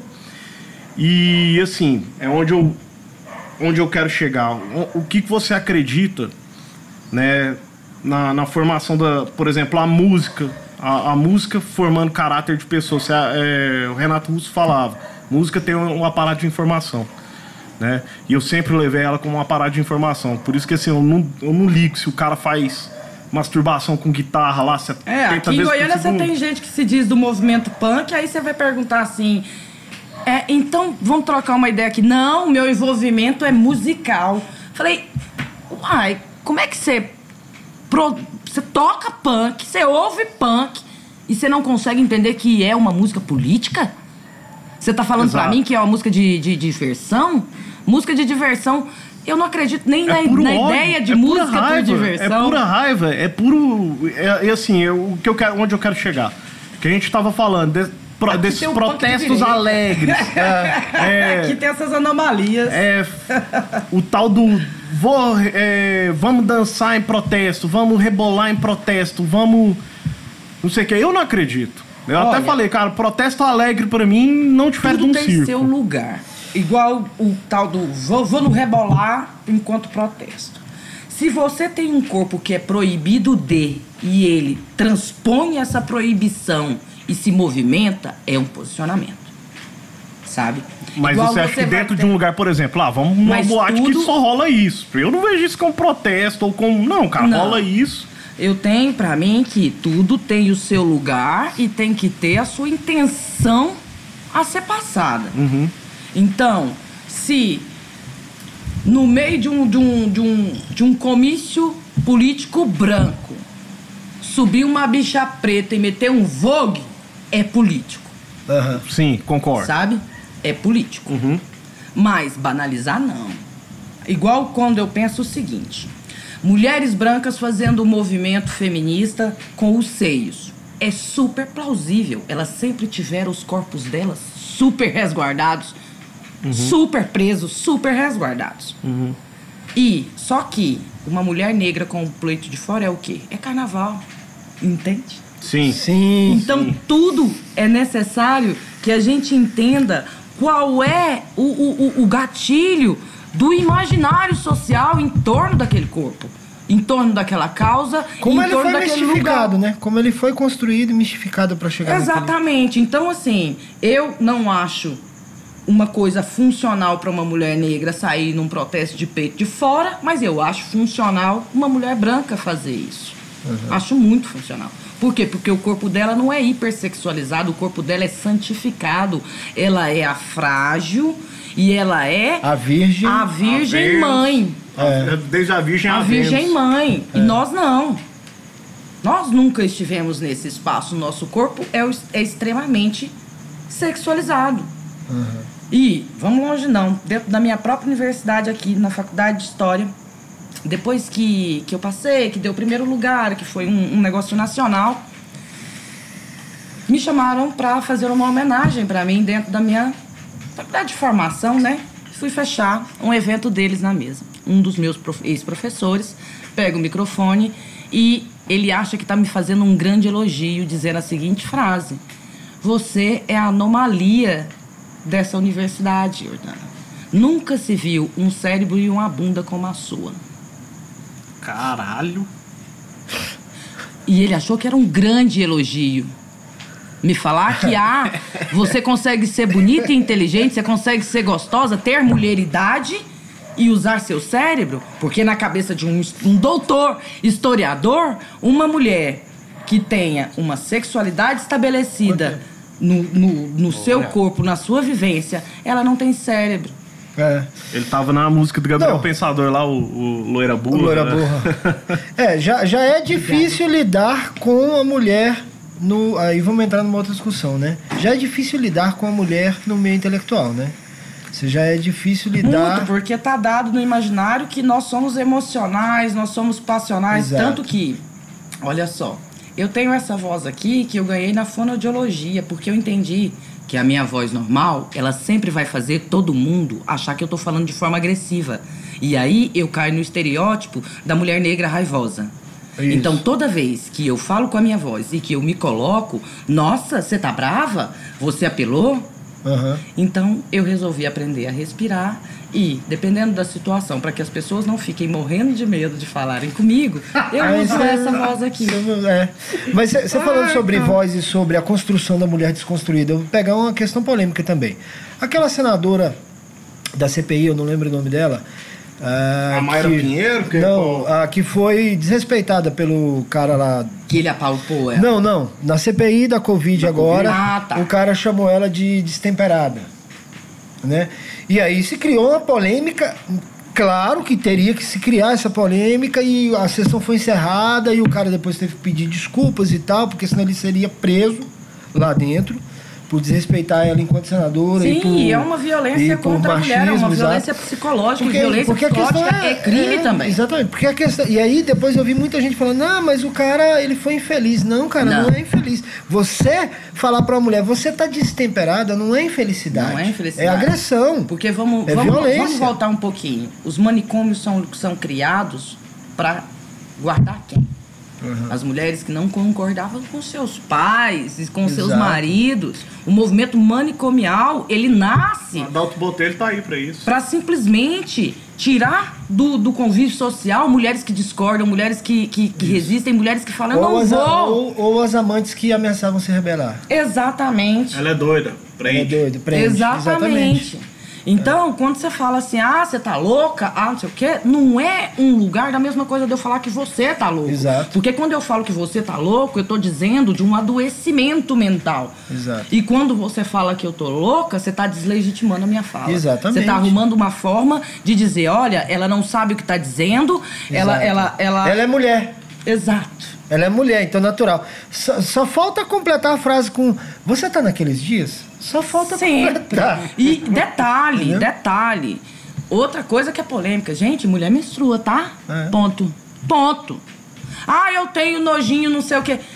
E assim, é onde eu, onde eu quero chegar. O, o que que você acredita, né? na, na formação da, por exemplo, a música, a, a música formando caráter de pessoa. Você, é, o Renato Russo falava, música tem um, um aparato de informação, né? E eu sempre levei ela como um aparato de informação. Por isso que assim, eu não, eu não ligo se o cara faz masturbação com guitarra lá, setenta É, aqui em Goiânia você tem gente que se diz do movimento punk, aí você vai perguntar assim, é, então vamos trocar uma ideia aqui. Não, meu envolvimento é musical. Falei, uai, como é que você, pro, você toca punk, você ouve punk e você não consegue entender que é uma música política? Você tá falando Exato. Pra mim que é uma música de, de, de diversão? Música de diversão... Eu não acredito nem é na, na ideia de é música por diversão. É pura raiva, é puro... É, é assim, é o que eu quero, onde eu quero chegar. Que a gente tava falando de, pro, desses um protestos de alegres. é, é, Aqui tem essas anomalias. É, o tal do... Vou, é, vamos dançar em protesto, vamos rebolar em protesto, vamos... Não sei o que. Eu não acredito. Eu Olha, até falei, cara, protesto alegre pra mim não difere de um circo. Tudo tem seu lugar. Igual o tal do vou, vou no rebolar enquanto protesto. Se você tem um corpo que é proibido de e ele transpõe essa proibição e se movimenta, é um posicionamento. Sabe? Mas Igual você acha você que dentro ter... de um lugar, por exemplo, lá, vamos numa Mas boate tudo... que só rola isso. Eu não vejo isso como protesto ou como... Não, cara, não. rola isso. Eu tenho pra mim que tudo tem o seu lugar e tem que ter a sua intenção a ser passada. Uhum. Então, se no meio de um, de, um, de, um, de um comício político branco subir uma bicha preta e meter um vogue, é político. Uhum. Sim, concordo. Sabe? É político. Uhum. Mas banalizar, não. Igual quando eu penso o seguinte: mulheres brancas fazendo um movimento feminista com os seios. É super plausível. Elas sempre tiveram os corpos delas super resguardados. Uhum. Super presos, super resguardados. Uhum. E, só que, uma mulher negra com o peito de fora é o quê? É carnaval. Entende? Sim. Sim. Então, sim. tudo é necessário que a gente entenda qual é o, o, o gatilho do imaginário social em torno daquele corpo. Em torno daquela causa, como em ele torno foi daquele mistificado, lugar. né? Como ele foi construído e mistificado para chegar Exatamente. Naquele... Então, assim, eu não acho uma coisa funcional para uma mulher negra sair num protesto de peito de fora, mas eu acho funcional uma mulher branca fazer isso. Uhum. Acho muito funcional. Por quê? Porque o corpo dela não é hipersexualizado, o corpo dela é santificado. Ela é a frágil e ela é... A virgem. A virgem a mãe. É. Desde a virgem a A virgem mãe. É. E nós não. Nós nunca estivemos nesse espaço. O nosso corpo é, é extremamente sexualizado. Uhum. E, vamos longe não, dentro da minha própria universidade aqui, na faculdade de História, depois que, que eu passei, que deu o primeiro lugar, que foi um, um negócio nacional, me chamaram para fazer uma homenagem para mim dentro da minha faculdade de formação, né? Fui fechar um evento deles na mesa. Um dos meus ex-professores pega o microfone e ele acha que está me fazendo um grande elogio, dizendo a seguinte frase: você é a anomalia dessa universidade, Jordana. Nunca se viu um cérebro e uma bunda como a sua. Caralho. E ele achou que era um grande elogio. Me falar que, ah, você consegue ser bonita e inteligente, você consegue ser gostosa, ter mulheridade e usar seu cérebro, porque na cabeça de um, um doutor, historiador, uma mulher que tenha uma sexualidade estabelecida no, no, no seu corpo, na sua vivência, ela não tem cérebro. É. Ele tava na música do Gabriel não. Pensador lá, o, o Loira Burra. O Loira né? Burra. É, já, já é difícil lidar com a mulher no... Aí vamos entrar numa outra discussão, né? Já é difícil lidar com a mulher no meio intelectual, né? Você já é difícil lidar... Muito, porque tá dado no imaginário que nós somos emocionais, nós somos passionais. Exato. Tanto que, olha só, eu tenho essa voz aqui que eu ganhei na fonoaudiologia, porque eu entendi que a minha voz normal, ela sempre vai fazer todo mundo achar que eu tô falando de forma agressiva. E aí eu caio no estereótipo da mulher negra raivosa. Isso. Então, toda vez que eu falo com a minha voz e que eu me coloco, nossa, você tá brava? Você apelou? Uhum. Então, eu resolvi aprender a respirar E, dependendo da situação, para que as pessoas não fiquem morrendo de medo de falarem comigo, eu Ah, uso isso é- essa voz aqui. É. Mas você falando sobre voz e sobre a construção da mulher desconstruída, eu vou pegar uma questão polêmica também. Aquela senadora da C P I, eu não lembro o nome dela. ah, A Mayra que- Pinheiro? Que Não, a que foi desrespeitada pelo cara lá. Que ele apalpou ela. Não, não. Na C P I da Covid Da agora, Covid? Ah, tá. o cara chamou ela de destemperada. Né? E aí se criou uma polêmica. Claro que teria que se criar essa polêmica e a sessão foi encerrada e o cara depois teve que pedir desculpas e tal, porque senão ele seria preso lá dentro por desrespeitar ela enquanto senadora. Sim, e por, e é uma violência e por contra a mulher, é uma machismo, violência exato. psicológica, Porque- e violência porque a questão psicológica é, crime é, também. Exatamente. Porque a questão, e aí depois eu vi muita gente falando, não, mas o cara, ele foi infeliz. Não, cara, não, Não. é infeliz. Você falar pra uma mulher, você tá destemperada, não é infelicidade. Não é infelicidade. É agressão. Porque vamos, É vamos, violência. vamos voltar um pouquinho. Os manicômios são, são criados para guardar quem? As mulheres que não concordavam com seus pais e com seus Exato. maridos. O movimento manicomial, ele nasce Adalto Botelho tá aí pra isso. para simplesmente tirar do, do convívio social mulheres que discordam, mulheres que, que, que resistem, mulheres que falam, eu Ou não as, vou. ou, ou as amantes que ameaçavam se rebelar. Exatamente. Ela é doida. É Prende. doido, prende. Exatamente. Então, quando você fala assim, ah, você tá louca, ah, não sei o quê, não é um lugar da mesma coisa de eu falar que você tá louco. Exato. Porque quando eu falo que você tá louco, eu tô dizendo de um adoecimento mental. Exato. E quando você fala que eu tô louca, você tá deslegitimando a minha fala. Exatamente. Você tá arrumando uma forma de dizer, olha, ela não sabe o que tá dizendo, ela, Exato. ela, ela... Ela é mulher. Exato. Ela é mulher, então natural. Só, só falta completar a frase com você tá naqueles dias? Só falta Sim. completar. E detalhe, Entendeu? detalhe. Outra coisa que é polêmica. Gente, mulher menstrua, tá? É. Ponto. Ponto. Ah, eu tenho nojinho, não sei o quê.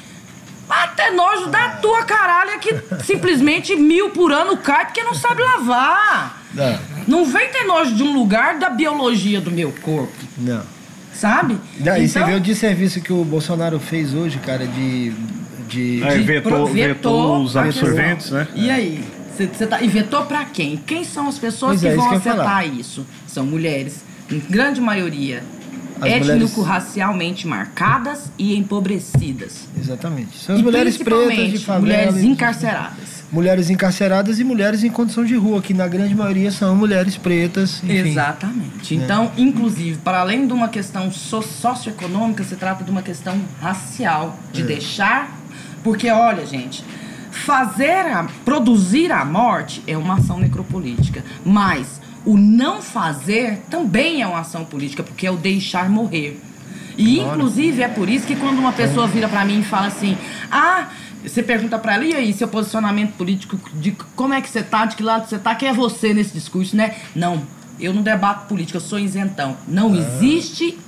Até nojo da tua caralha que simplesmente mil por ano cai porque não sabe lavar. Não, Não vem ter nojo de um lugar da biologia do meu corpo, não. sabe? Não, e você Então, vê o desserviço que o Bolsonaro fez hoje, cara, de... de, É, de- vetou, pro- vetou os a absorventes, questão. né? E aí? Você tá, e vetou pra quem? Quem são as pessoas Pois que é, isso vão que eu ia afetar falar. isso? São mulheres, em grande maioria, As étnico-racialmente marcadas e empobrecidas. Exatamente. São as E mulheres pretas de principalmente, favela. mulheres e- encarceradas. Mulheres encarceradas e mulheres em condição de rua, que na grande maioria são mulheres pretas, enfim. Exatamente. Então, inclusive, para além de uma questão so- socioeconômica, se trata de uma questão racial, de É. deixar... Porque, olha, gente, fazer a, produzir a morte é uma ação necropolítica, mas o não fazer também é uma ação política, porque é o deixar morrer. E, inclusive, é por isso que quando uma pessoa vira para mim e fala assim, ah... Você pergunta pra ela, e aí, seu posicionamento político, de como é que você tá, de que lado você tá, quem é você nesse discurso, né? Não, eu não debato política, eu sou isentão. Não existe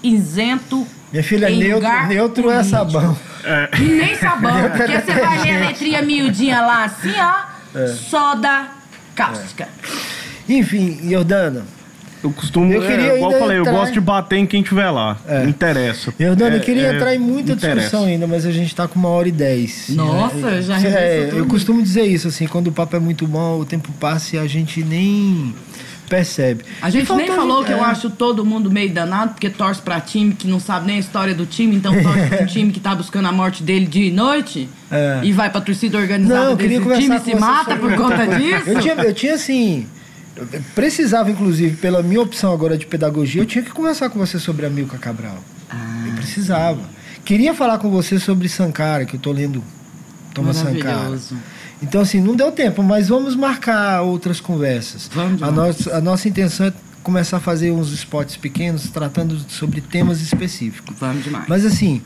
isento Minha filha, em neutro, lugar neutro é político. sabão. E nem sabão, Neutro é porque você vai ler a detergente. letrinha miudinha lá assim, ó, soda cáustica. Enfim, Jordana, Eu costumo, Eu queria é, igual eu ainda falei, entrar- eu gosto de bater em quem estiver lá. É. Não interessa. Jordana, É, eu queria é, entrar em muita interessa. discussão ainda, mas a gente tá com uma hora e dez. Nossa, eu já Cê- revi é, isso tudo. Eu costumo dizer isso, assim, quando o papo é muito bom, o tempo passa e a gente nem percebe. A gente E nem faltou- falou que eu é. acho todo mundo meio danado, porque torce pra time que não sabe nem a história do time, então torce pra um time que tá buscando a morte dele dia e noite É. e vai pra torcida organizada Não, eu desse queria time conversar e com se você mata sobre por outra conta coisa. disso. Eu tinha, eu tinha assim... eu precisava, inclusive, pela minha opção agora de pedagogia, eu tinha que conversar com você sobre a Milka Cabral. Ah, Eu precisava. Queria falar com você sobre Sankara, que eu tô lendo Thomas Sankara. maravilhoso. Então, assim, não deu tempo, mas vamos marcar outras conversas. Vamos a, demais. nossa, a nossa intenção é começar a fazer uns spots pequenos, tratando sobre temas específicos. Vamos demais. Mas, assim,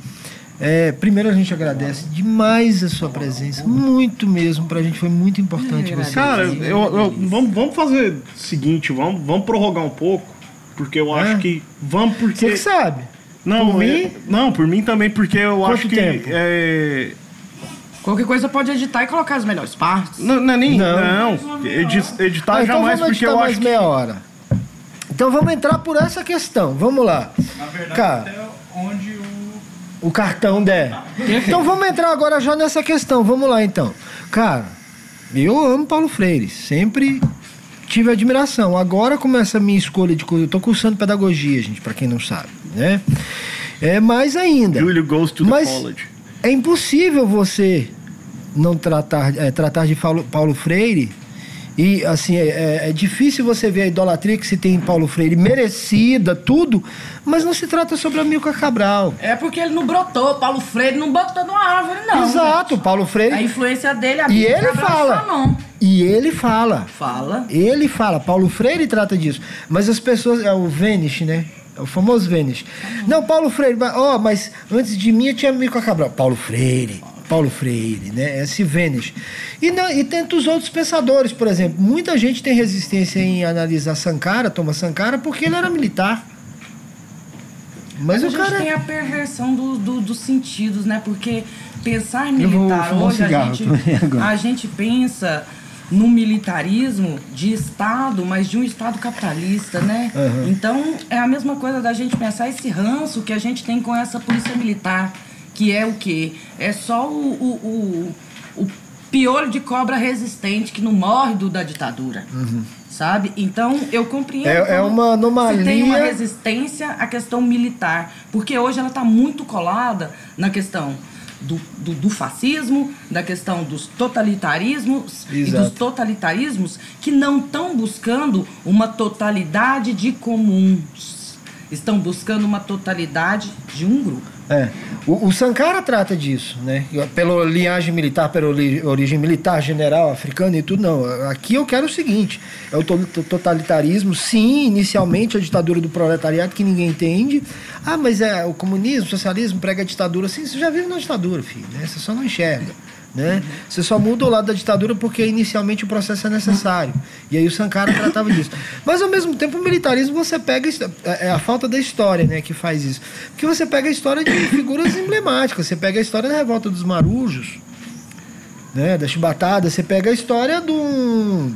é, primeiro a gente agradece demais a sua presença, muito mesmo, pra gente foi muito importante Eu você. Cara, Sim, eu, eu- feliz. vamos, vamos fazer o seguinte, vamos, vamos prorrogar um pouco, porque eu É? acho que... Vamos porque... Você que sabe. Não, Por é- mim? não, por mim também, porque eu Quanto acho que... tempo? É, Qualquer coisa pode editar e colocar as melhores partes. não, não é nem... Não. Não, edi- editar Ah, então jamais, vamos porque editar eu mais acho que... meia hora. Então vamos entrar por essa questão. Vamos lá. Na verdade, Cara, até onde o. o cartão der. Então vamos entrar agora já nessa questão. Vamos lá então. Cara, eu amo Paulo Freire. Sempre tive admiração. Agora, como essa minha escolha de coisa, eu tô cursando pedagogia, gente, para quem não sabe, né? É mais ainda. Júlio goes to Mas the college. é impossível você não tratar, é, tratar de Paulo, Paulo Freire. E, assim, é, é difícil você ver a idolatria que se tem em Paulo Freire, merecida, tudo, mas não se trata sobre Amílcar Cabral. É porque ele não brotou, Paulo Freire não botou numa árvore, não. Exato, gente. Paulo Freire... A influência dele, a E ele Cabral fala. só não. E ele fala. Fala. Ele fala. Paulo Freire trata disso. Mas as pessoas... É o Vênice, né? É o famoso Vênice. Não, Paulo Freire... Ó, oh, mas antes de mim eu tinha Amílcar Cabral. Paulo Freire... Paulo Freire, né? Esse Vênice. E, não, e tantos outros pensadores, por exemplo. Muita gente tem resistência em analisar Sankara, Thomas Sankara, porque ele era militar. Mas, Mas o a gente cara... tem a perversão do, do, dos sentidos, né? Porque pensar em Eu vou militar fumar um hoje, cigarro a, gente, também agora. a gente pensa no militarismo de Estado, mas de um Estado capitalista, né? Uhum. Então, é a mesma coisa da gente pensar esse ranço que a gente tem com essa polícia militar. Que é o quê? É só o, o, o, o piolho de cobra resistente que não morre do, da ditadura. Uhum. Sabe? Então, eu compreendo. É, é uma anomalia. Se tem uma resistência à questão militar. Porque hoje ela está muito colada na questão do, do, do fascismo, da questão dos totalitarismos. Exato. E dos totalitarismos que não estão buscando uma totalidade de comuns. Estão buscando uma totalidade de um grupo. É. O, o Sankara trata disso, né? Pela linhagem militar, pela origem militar, general, africana e tudo, não. Aqui eu quero o seguinte, é o totalitarismo, sim, inicialmente a ditadura do proletariado, que ninguém entende. Ah, mas é o comunismo, o socialismo prega a ditadura. Sim, você já vive na ditadura, filho, né? Você só não enxerga. Né? Você só muda o lado da ditadura porque inicialmente o processo é necessário. E aí o Sankara tratava disso. Mas ao mesmo tempo o militarismo você pega... É a falta da história, né, que faz isso. Porque você pega a história de figuras emblemáticas. Você pega a história da revolta dos Marujos, né, da chibatada. Você pega a história do,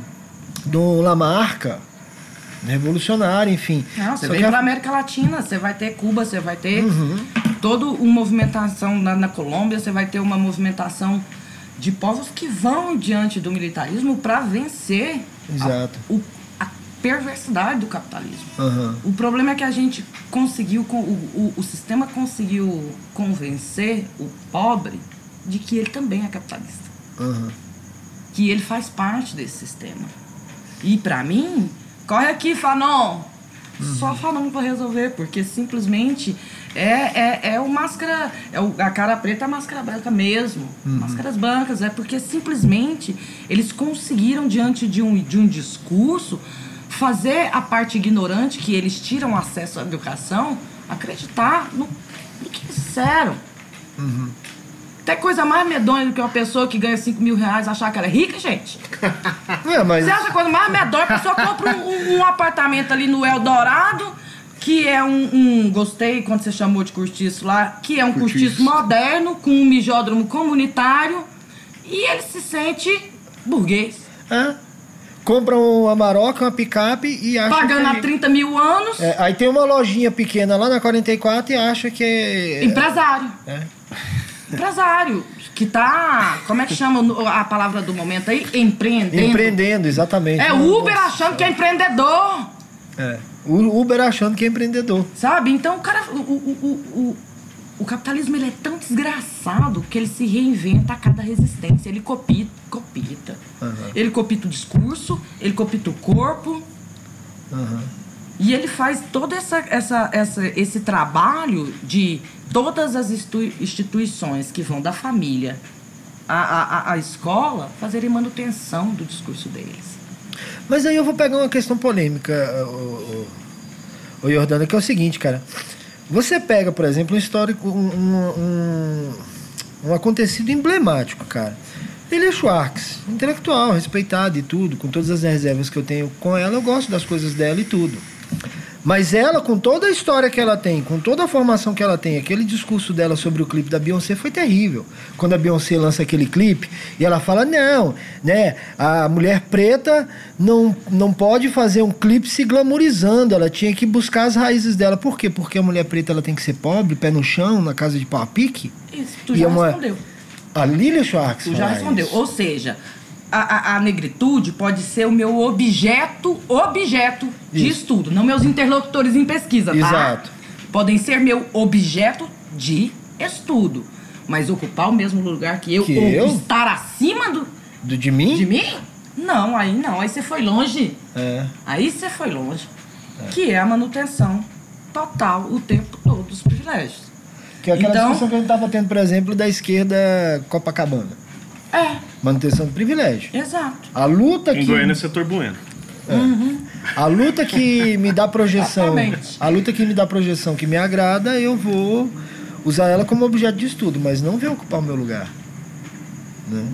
do Lamarca, revolucionário, enfim. Não, você Só vem que a... para a América Latina, você vai ter Cuba, você vai ter uhum. toda uma movimentação na, na Colômbia, você vai ter uma movimentação de povos que vão diante do militarismo para vencer Exato. A, o, a perversidade do capitalismo. Uhum. O problema é que a gente conseguiu, o, o, o sistema conseguiu convencer o pobre de que ele também é capitalista. Uhum. Que ele faz parte desse sistema. E para mim... Corre aqui, Fanon. Uhum. Só Fanon para resolver, porque simplesmente é, é, é o máscara, é o, a cara preta, a máscara branca mesmo. Uhum. Máscaras brancas, é porque simplesmente eles conseguiram, diante de um, de um discurso, fazer a parte ignorante, que eles tiram acesso à educação, acreditar no, no que disseram. Uhum. Tem coisa mais medonha do que uma pessoa que ganha cinco mil reais achar que ela é rica, gente? É, mas... Você acha coisa mais medonha? A pessoa compra um, um, um apartamento ali no Eldorado, que é um, um... Gostei quando você chamou de cortiço lá, que é um cortiço, cortiço moderno, com um mijódromo comunitário, e ele se sente burguês. É. Compra uma Maroca, uma picape e acha Pagando que... há trinta mil anos. É, aí tem uma lojinha pequena lá na quarenta e quatro e acha que é... Empresário. É. Empresário, que tá... Como é que chama a palavra do momento aí? Empreendendo. Empreendendo, exatamente. É Uber achando que é empreendedor. É, o Uber achando que é empreendedor. Sabe? Então, o cara... O, o, o, o, o capitalismo, ele é tão desgraçado que ele se reinventa a cada resistência. Ele copia, copita. Uhum. Ele copita o discurso, ele copita o corpo. Uhum. E ele faz todo essa, essa, essa, esse trabalho de todas as instituições que vão da família à, à, à escola fazerem manutenção do discurso deles. Mas aí eu vou pegar uma questão polêmica, o, o, o Jordana, que é o seguinte, cara. Você pega, por exemplo, um histórico, um, um, um acontecido emblemático, cara. Lilia Schwartz, intelectual, respeitado e tudo, com todas as reservas que eu tenho com ela, eu gosto das coisas dela e tudo. Mas ela, com toda a história que ela tem, com toda a formação que ela tem, aquele discurso dela sobre o clipe da Beyoncé foi terrível. Quando a Beyoncé lança aquele clipe e ela fala, não, né, a mulher preta não, não pode fazer um clipe se glamorizando, ela tinha que buscar as raízes dela. Por quê? Porque a mulher preta ela tem que ser pobre, pé no chão, na casa de pau a pique? Isso, tu já uma... respondeu. A Lilia Schwartz. Tu já respondeu. Isso. Ou seja, a, a, a negritude pode ser o meu objeto, objeto de Isso. estudo, não meus interlocutores em pesquisa, tá? Exato. Podem ser meu objeto de estudo, mas ocupar o mesmo lugar que eu, que ou eu? estar acima do, do... De mim? De mim? Não, aí não, aí você foi longe. É. Aí você foi longe. É. Que é a manutenção total, o tempo todo, dos privilégios. Que é aquela então, discussão que a gente estava tendo, por exemplo, da esquerda Copacabana. É. Manutenção do privilégio. Exato. A luta que... Em Goiânia é setor bueno. É. Uhum. A luta que me dá projeção, Exatamente. a luta que me dá projeção que me agrada, eu vou usar ela como objeto de estudo, mas não vem ocupar o meu lugar. Né?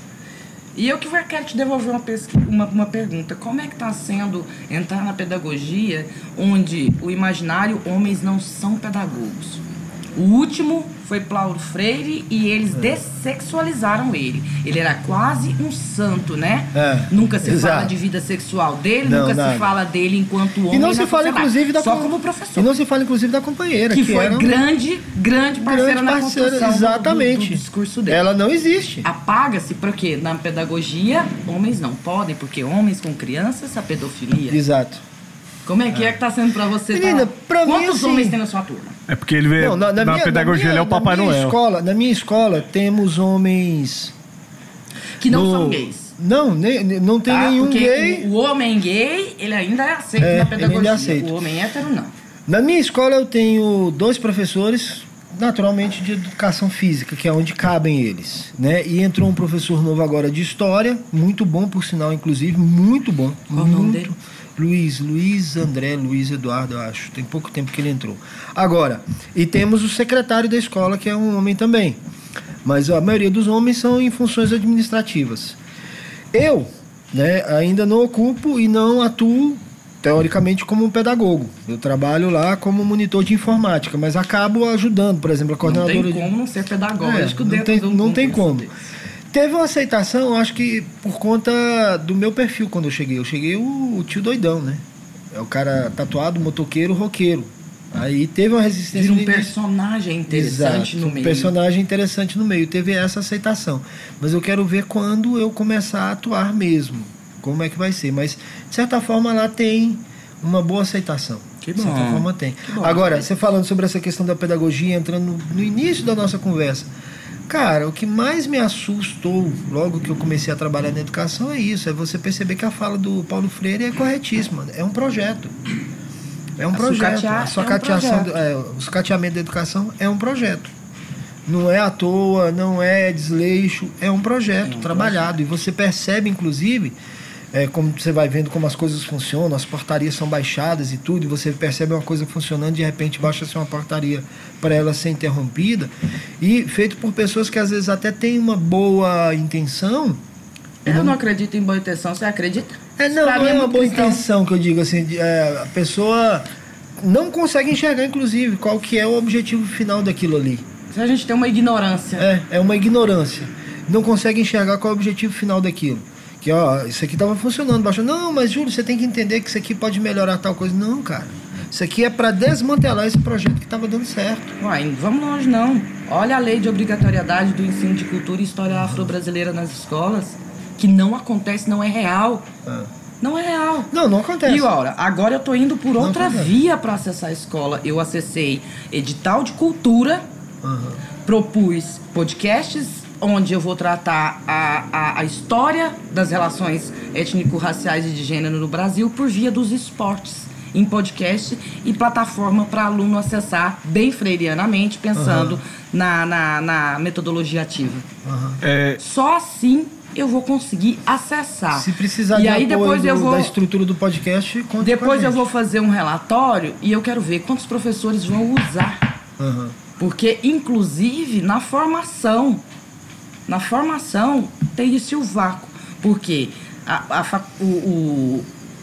E eu que quero te devolver uma, pesqu... uma, uma pergunta. Como é que está sendo entrar na pedagogia onde o imaginário homens não são pedagogos? O último foi Paulo Freire e eles é. dessexualizaram ele. Ele era quase um santo, né? É, nunca se exato. fala de vida sexual dele, não, nunca nada. se fala dele enquanto homem. E não se fala, sociedade. inclusive, da Só com... como professor. E não se fala, inclusive, da companheira. Que, que foi era um... grande, grande parceira grande na parceira, construção exatamente. Do, do, do discurso dele. Ela não existe. Apaga-se porque na pedagogia homens não podem, porque homens com crianças, a pedofilia. Exato. Como é que é, é que tá sendo pra você? Menina, tá? pra Quantos mim, assim, homens tem na sua turma? É porque ele vê não, na, na, na minha, pedagogia na minha, ele é o Papai na minha Noel. Escola, na minha escola temos homens... Que não no... são gays. Não, nem, não tem tá? nenhum porque gay. O, o homem gay, ele ainda é aceito é, na pedagogia. Ele é aceito. O homem hétero, não. Na minha escola eu tenho dois professores, naturalmente, de educação física, que é onde cabem eles, né? E entrou um professor novo agora de história, muito bom, por sinal, inclusive, muito bom. Qual o nome dele? Luiz, Luiz André, Luiz Eduardo, eu acho. Tem pouco tempo que ele entrou. Agora, e temos o secretário da escola, que é um homem também. Mas a maioria dos homens são em funções administrativas. Eu, né, ainda não ocupo e não atuo, teoricamente, como um pedagogo. Eu trabalho lá como monitor de informática, mas acabo ajudando, por exemplo, a coordenadora... Não tem como de... não ser pedagógico é, dentro não tem, do não tem como. desse. Teve uma aceitação, acho que por conta do meu perfil quando eu cheguei. Eu cheguei o, o tio doidão, né? É o cara tatuado, motoqueiro, roqueiro. Aí teve uma resistência... Vira um personagem interessante Exato, no um meio. personagem interessante no meio. Teve essa aceitação. Mas eu quero ver quando eu começar a atuar mesmo. Como é que vai ser. Mas, de certa forma, lá tem uma boa aceitação. Que bom. De certa forma, tem. Bom, Agora, você falando sobre essa questão da pedagogia, entrando no, no início da nossa conversa... Cara, o que mais me assustou logo que eu comecei a trabalhar na educação é isso, é você perceber que a fala do Paulo Freire é corretíssima, é um projeto. É um a projeto. sucatear A sucateação, é um projeto. É, o sucateamento da educação é um projeto. Não é à toa, não é desleixo, é um projeto é um trabalhado. Projeto. E você percebe, inclusive, é, como você vai vendo como as coisas funcionam, as portarias são baixadas e tudo, e você percebe uma coisa funcionando, de repente baixa-se uma portaria para ela ser interrompida, e feito por pessoas que às vezes até têm uma boa intenção. Eu não, não acredito em boa intenção, você acredita? É, não, não é uma boa intenção que eu digo assim, de, é, a pessoa não consegue enxergar, inclusive, qual que é o objetivo final daquilo ali. Se a gente tem uma ignorância. É, é uma ignorância. Não consegue enxergar qual é o objetivo final daquilo. Que, ó, isso aqui estava funcionando, baixou. Não, mas Júlio, você tem que entender que isso aqui pode melhorar tal coisa. Não, cara. Isso aqui é para desmantelar esse projeto que estava dando certo. Uai, vamos longe, não. Olha a lei de obrigatoriedade do ensino de cultura e história afro-brasileira nas escolas, que não acontece, não é real. Ah. Não é real. Não, não acontece. E olha, agora eu tô indo por não outra acontece. via para acessar a escola. Eu acessei edital de cultura, Uhum. propus podcasts onde eu vou tratar a, a, a história das relações étnico-raciais e de gênero no Brasil por via dos esportes, em podcast e plataforma para aluno acessar bem freirianamente, pensando uhum. na, na, na metodologia ativa. Uhum. É... Só assim eu vou conseguir acessar. Se precisar e de aí apoio depois do, eu vou, da estrutura do podcast, conte depois com a eu gente. vou fazer um relatório e eu quero ver quantos professores vão usar. Uhum. Porque, inclusive, na formação, na formação tem esse o vácuo. Porque a, a, o, o,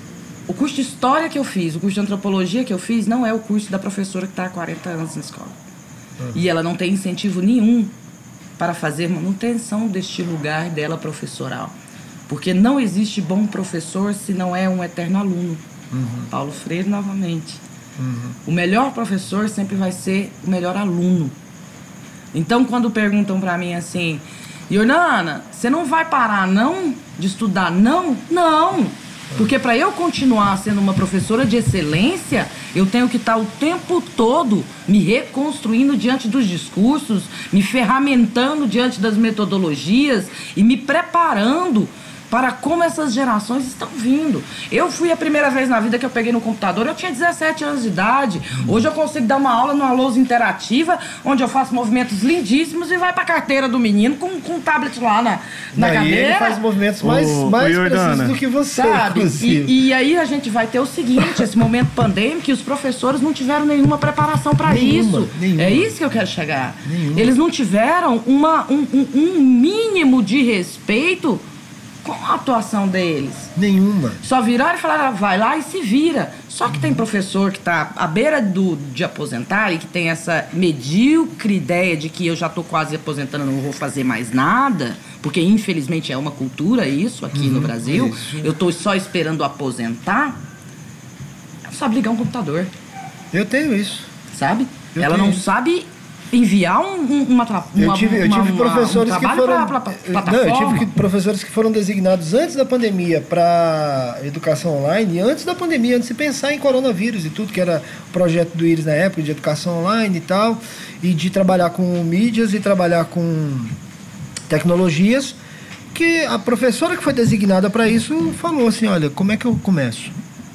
o curso de História que eu fiz, o curso de Antropologia que eu fiz, não é o curso da professora que está há quarenta anos na escola. Uhum. E ela não tem incentivo nenhum para fazer manutenção deste lugar dela professoral. Porque não existe bom professor se não é um eterno aluno. Uhum. Paulo Freire, novamente. Uhum. O melhor professor sempre vai ser o melhor aluno. Então, quando perguntam para mim assim, Jordana, você não vai parar, não? de estudar. Não, não. Porque para eu continuar sendo uma professora de excelência, eu tenho que estar o tempo todo me reconstruindo diante dos discursos, me ferramentando diante das metodologias e me preparando para como essas gerações estão vindo. Eu fui a primeira vez na vida que eu peguei no computador, eu tinha dezessete anos de idade. Hoje eu consigo dar uma aula numa lousa interativa, onde eu faço movimentos lindíssimos e vai para a carteira do menino com, com um tablet lá na, na Não, cadeira. E ele faz movimentos mais, Ô, mais ô, Jordana, precisos do que você, Sabe? inclusive. E, e aí a gente vai ter o seguinte, esse momento pandêmico, que os professores não tiveram nenhuma preparação para Nenhuma, isso. nenhuma. É isso que eu quero chegar. Nenhuma. Eles não tiveram uma, um, um, um mínimo de respeito com a atuação deles. Nenhuma. Só viraram e falaram, ah, vai lá e se vira. Só que tem professor que está à beira do, de aposentar e que tem essa medíocre ideia de que eu já estou quase aposentando, não vou fazer mais nada, porque infelizmente é uma cultura isso aqui Uhum, no Brasil. isso. Eu estou só esperando aposentar. Ela não sabe ligar um computador, Eu tenho isso. sabe? Eu Ela tenho não isso. sabe enviar um, um, uma, tra- Eu uma, tive, eu uma- tive uma- professores um que trabalho foram. pra- pra- pra- Não, eu plataforma. tive que- professores que foram designados antes da pandemia para educação online, e antes da pandemia, antes de pensar em coronavírus e tudo, que era o projeto do Íris na época, de educação online e tal, e de trabalhar com mídias e trabalhar com tecnologias, que a professora que foi designada para isso falou assim: olha, como é que eu começo?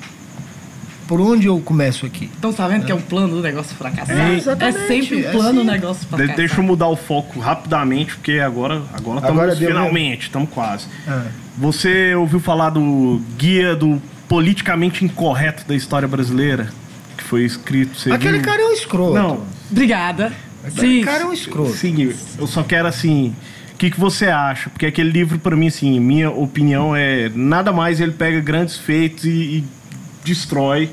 Por onde eu começo aqui? Então tá vendo que é um plano do negócio fracassar? É, É, exatamente, sempre um é plano do assim. negócio De- fracassar. deixa eu mudar o foco rapidamente, porque agora agora estamos Agora deu finalmente, estamos quase. Ah. Você ouviu falar do guia do politicamente incorreto da história brasileira? Que foi escrito... Você Aquele viu? cara é um escroto. Não, Obrigada. Aquele cara é um escroto. Sim, eu só quero assim... O que, que você acha? Porque aquele livro, para mim, assim, minha opinião é... Nada mais ele pega grandes feitos e, e destrói.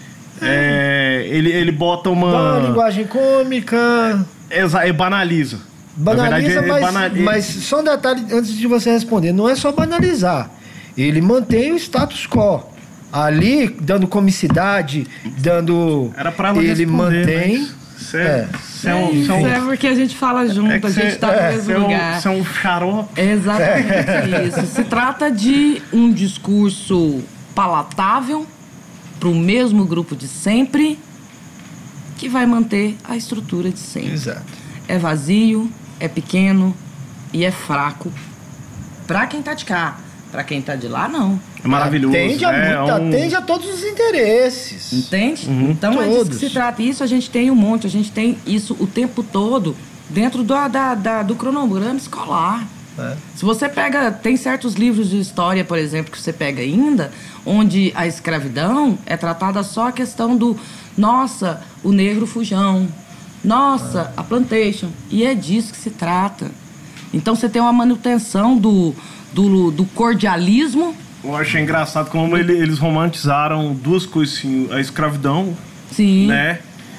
É, ele, ele bota uma... Dá uma linguagem cômica, Exa, e banaliza. banaliza, Na verdade, ele mas, banaliza. mas só um detalhe antes de você responder, não é só banalizar, ele mantém o status quo ali, dando comicidade, dando... Era pra ela ele responder, mantém... mas Cê, É. cê é um, cê é um, É porque a gente fala junto, é que a gente cê- tá no é, mesmo cê é um- lugar. cê é um xarope. É exatamente isso. Se trata de um discurso palatável para o mesmo grupo de sempre, que vai manter a estrutura de sempre. Exato. É vazio, é pequeno e é fraco para quem tá de cá. Para quem tá de lá, não. É maravilhoso. Atende a, é muito- um- atende a todos os interesses. Entende? Então é disso Todos. que se trata. Isso a gente tem um monte, a gente tem isso o tempo todo dentro do, da, da- do cronograma escolar. É. Se você pega, tem certos livros de história, por exemplo, que você pega ainda, onde a escravidão é tratada só a questão do, nossa, o negro fujão, nossa, a plantation. E é disso que se trata. Então você tem uma manutenção do, do, do cordialismo. Eu achei engraçado como ele- eles romantizaram duas coisas assim, a escravidão, Sim. né?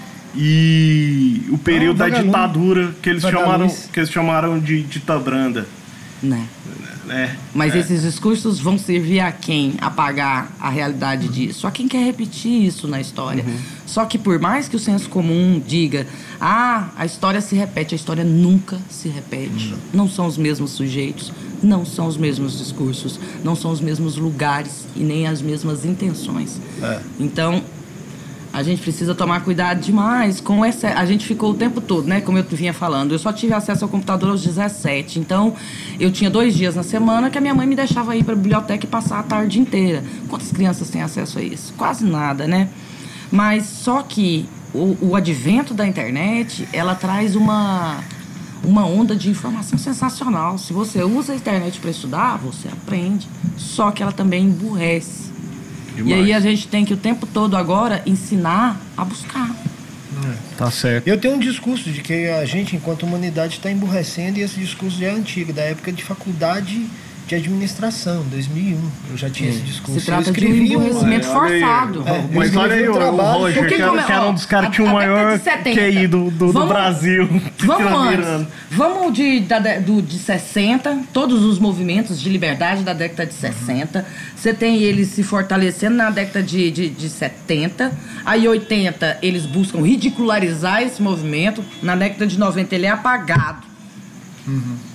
E o período Ah, da vagalume. ditadura que eles chamaram, Vagalumes. que eles chamaram de ditabranda, Né? né? Mas É. esses discursos vão servir a quem apagar a realidade disso? A quem quer repetir isso na história. Só que por mais que o senso comum diga, ah, a história se repete, a história nunca se repete. Não são os mesmos sujeitos, não são os mesmos discursos, não são os mesmos lugares e nem as mesmas intenções. É. Então, a gente precisa tomar cuidado demais com essa... A gente ficou o tempo todo, né? Como eu vinha falando. Eu só tive acesso ao computador aos dezessete. Então, eu tinha dois dias na semana que a minha mãe me deixava ir para a biblioteca e passar a tarde inteira. Quantas crianças têm acesso a isso? Quase nada, né? Mas só que o, o advento da internet, ela traz uma, uma onda de informação sensacional. Se você usa a internet para estudar, você aprende. Só que ela também emburrece. E Demais. aí a gente tem que o tempo todo agora ensinar a buscar. Tá certo. Eu tenho um discurso de que a gente, enquanto humanidade, está emburrecendo, e esse discurso já é antigo, da época de faculdade de administração, dois mil e um. Eu já tinha esse discurso. Se trata Eu de um escrevi emburrecimento Olha aí, forçado. ó, É, Mas eu olha aí, escrevi um o trabalho. Roger, Porque que, como- era- que era um dos caras que tinha o a- a década maior de setenta. Q I do, do, do Vamos- Brasil. Vamos Tá antes. virando. Vamos de, da, de- do, de sessenta, todos os movimentos de liberdade da década de sessenta. Você tem eles se fortalecendo na década de, de, de setenta. Aí, oitenta, eles buscam ridicularizar esse movimento. Na década de noventa, ele é apagado.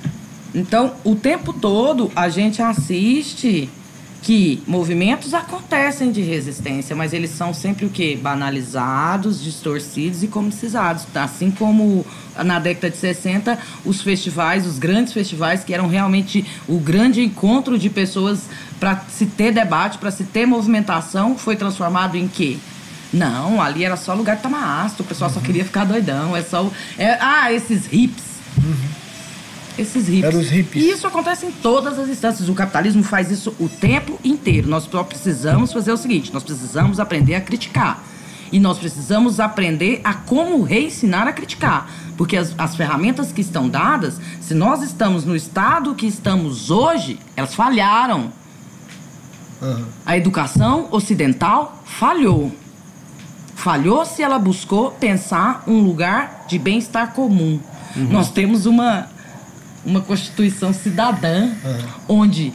Então, o tempo todo a gente assiste que movimentos acontecem de resistência, mas eles são sempre o quê? Banalizados, distorcidos e comicizados. Assim como na década de sessenta, os festivais, os grandes festivais, que eram realmente o grande encontro de pessoas para se ter debate, para se ter movimentação, foi transformado em quê? Não, ali era só lugar de tomar ácido, o pessoal uhum. só queria ficar doidão. É só, é, ah, esses hips. Uhum. Esses hippies. Eram os hippies. E isso acontece em todas as instâncias. O capitalismo faz isso o tempo inteiro. Nós só precisamos fazer o seguinte: nós precisamos aprender a criticar. E nós precisamos aprender a como reensinar a criticar. Porque as, as ferramentas que estão dadas, se nós estamos no estado que estamos hoje, elas falharam. Uhum. A educação ocidental falhou. Falhou se ela buscou pensar um lugar de bem-estar comum. Uhum. Nós temos uma... uma Constituição cidadã, uhum. onde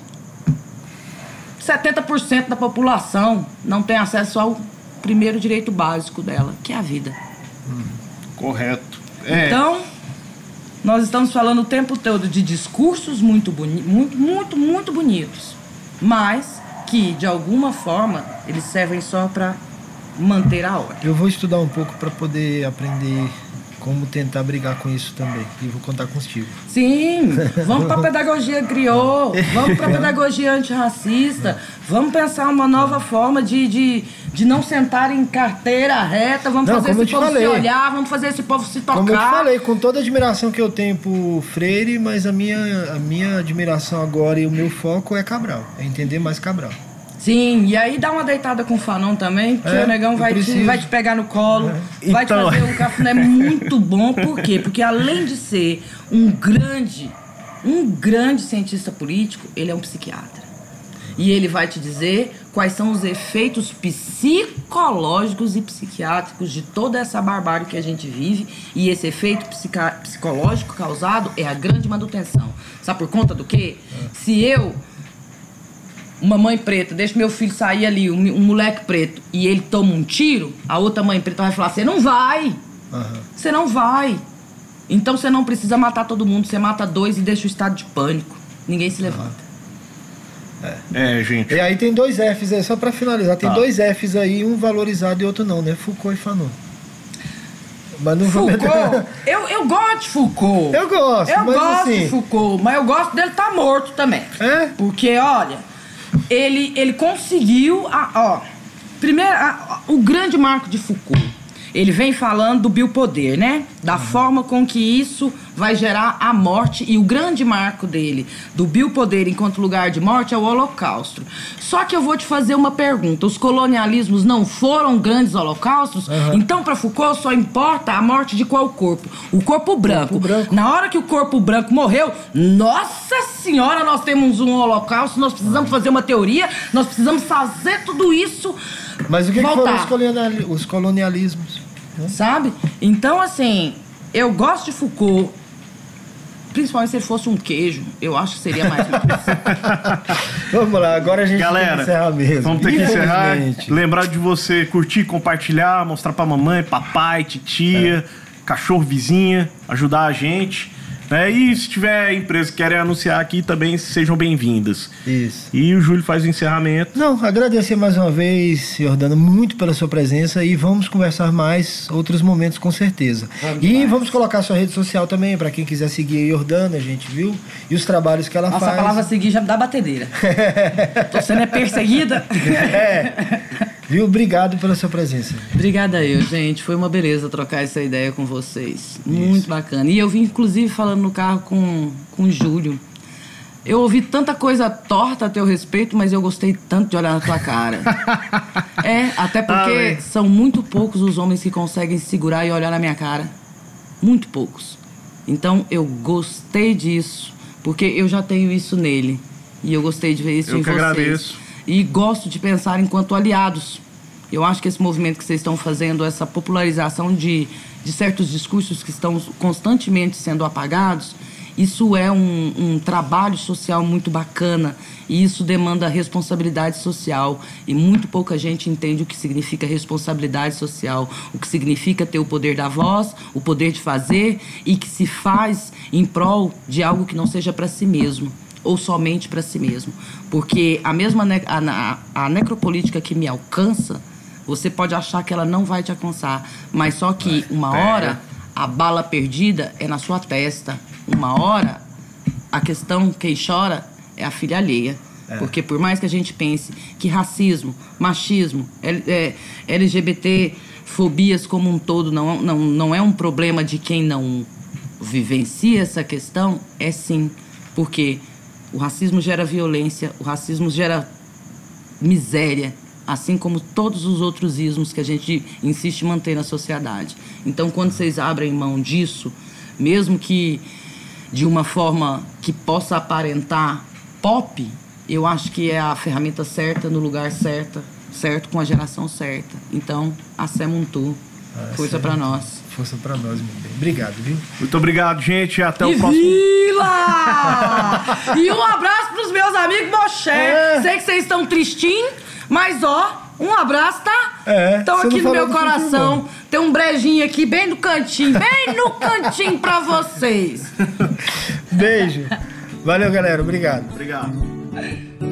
setenta por cento da população não tem acesso ao primeiro direito básico dela, que é a vida. Uhum. Correto. É. Então, nós estamos falando o tempo todo de discursos muito, boni- muito, muito, muito bonitos, mas que, de alguma forma, eles servem só para manter a ordem. Eu vou estudar um pouco para poder aprender como tentar brigar com isso também. E vou contar contigo. Sim, vamos para a pedagogia griot, vamos para a pedagogia antirracista, vamos pensar uma nova forma de, de, de não sentar em carteira reta, vamos não, fazer esse povo falei. se olhar, vamos fazer esse povo se tocar. Como eu te falei, com toda a admiração que eu tenho por Freire, mas a minha, a minha admiração agora e o meu foco é Cabral, é entender mais Cabral. Sim, e aí dá uma deitada com o Fanon também, que é, o negão vai te, vai te pegar no colo, é. vai então... te fazer um cafuné muito bom. Por quê? Porque além de ser um grande, um grande cientista político, ele é um psiquiatra. E ele vai te dizer quais são os efeitos psicológicos e psiquiátricos de toda essa barbárie que a gente vive. E esse efeito psica- psicológico causado é a grande manutenção. Sabe por conta do quê? É. Se eu... uma mãe preta, deixa meu filho sair ali, um, um moleque preto, e ele toma um tiro, a outra mãe preta vai falar, você não vai. Você uhum. não vai. Então você não precisa matar todo mundo, você mata dois e deixa o estado de pânico. Ninguém se levanta. É, é gente. E aí tem dois Fs aí, só pra finalizar, tem tá. dois Fs aí, um valorizado e outro não, né? Foucault e Fanon. Mas não Foucault, vou... eu, eu gosto de Foucault. Eu gosto, Eu mas gosto assim... de Foucault, mas eu gosto dele estar tá morto também. É? Porque, olha... Ele, ele conseguiu, a, ó, primeiro, a, o grande marco de Foucault, ele vem falando do biopoder, né? Da uhum. forma com que isso vai gerar a morte, e o grande marco dele, do biopoder enquanto lugar de morte, é o Holocausto. Só que eu vou te fazer uma pergunta, os colonialismos não foram grandes holocaustos? Uhum. Então, para Foucault, só importa a morte de qual corpo? O corpo branco. corpo branco. Na hora que o corpo branco morreu, nossa senhora, nós temos um holocausto, nós precisamos fazer uma teoria, nós precisamos fazer tudo isso. Mas o que, que foram os, coloniali- os colonialismos? Né? Sabe? Então, assim, eu gosto de Foucault, principalmente se ele fosse um queijo, eu acho que seria mais Vamos lá, agora a gente Galera, tem que encerrar mesmo. Vamos ter que encerrar. Lembrar de você curtir, compartilhar, mostrar pra mamãe, papai, titia, é. cachorro, vizinha, ajudar a gente. Né? E se tiver empresa que querem anunciar aqui, também sejam bem-vindas. Isso. E o Júlio faz o encerramento. Não, agradecer mais uma vez, Jordana, muito pela sua presença, e vamos conversar mais outros momentos, com certeza. Vamos e mais. Vamos colocar a sua rede social também, para quem quiser seguir a Jordana, a gente viu, e os trabalhos que ela Nossa, faz. Nossa, a palavra seguir já me dá batedeira. Tô sendo é perseguida. É. Viu? Obrigado pela sua presença. Obrigada eu, gente. Foi uma beleza trocar essa ideia com vocês. Muito Isso. bacana. E eu vim, inclusive, falando no carro com, com o Júlio. Eu ouvi tanta coisa torta a teu respeito, mas eu gostei tanto de olhar na tua cara. É, até porque ah, são muito poucos os homens que conseguem se segurar e olhar na minha cara. Muito poucos. Então, eu gostei disso, porque eu já tenho isso nele. E eu gostei de ver isso eu em que vocês. Agradeço. E gosto de pensar enquanto aliados. Eu acho que esse movimento que vocês estão fazendo, essa popularização de, de certos discursos que estão constantemente sendo apagados, Isso é um, um trabalho social muito bacana e isso demanda responsabilidade social. E muito pouca gente entende o que significa responsabilidade social, o que significa ter o poder da voz, o poder de fazer e que se faz em prol de algo que não seja para si mesmo ou somente para si mesmo. Porque a mesma ne- a, a, a necropolítica que me alcança, você pode achar que ela não vai te alcançar, mas só que uma hora a bala perdida é na sua testa. Uma hora, a questão quem chora é a filha alheia. É. Porque por mais que a gente pense que racismo, machismo, L, é, L G B T, fobias como um todo não, não, não é um problema de quem não vivencia essa questão, é sim. Porque o racismo gera violência, o racismo gera miséria, assim como todos os outros ismos que a gente insiste em manter na sociedade. Então, quando vocês abrem mão disso, mesmo que de uma forma que possa aparentar pop, eu acho que é a ferramenta certa, no lugar certo, certo, com a geração certa. Então, a Sé Muntu, ah, força pra nós. Força pra nós, meu bem. Obrigado, viu? Muito obrigado, gente. Até e o próximo... Vila! E um abraço pros meus amigos Moché. É. Sei que vocês estão tristinhos, mas ó, um abraço, tá? É. Estão aqui no meu coração. Tem um brejinho aqui bem no cantinho, bem no cantinho pra vocês. Beijo. Valeu, galera. Obrigado. Obrigado.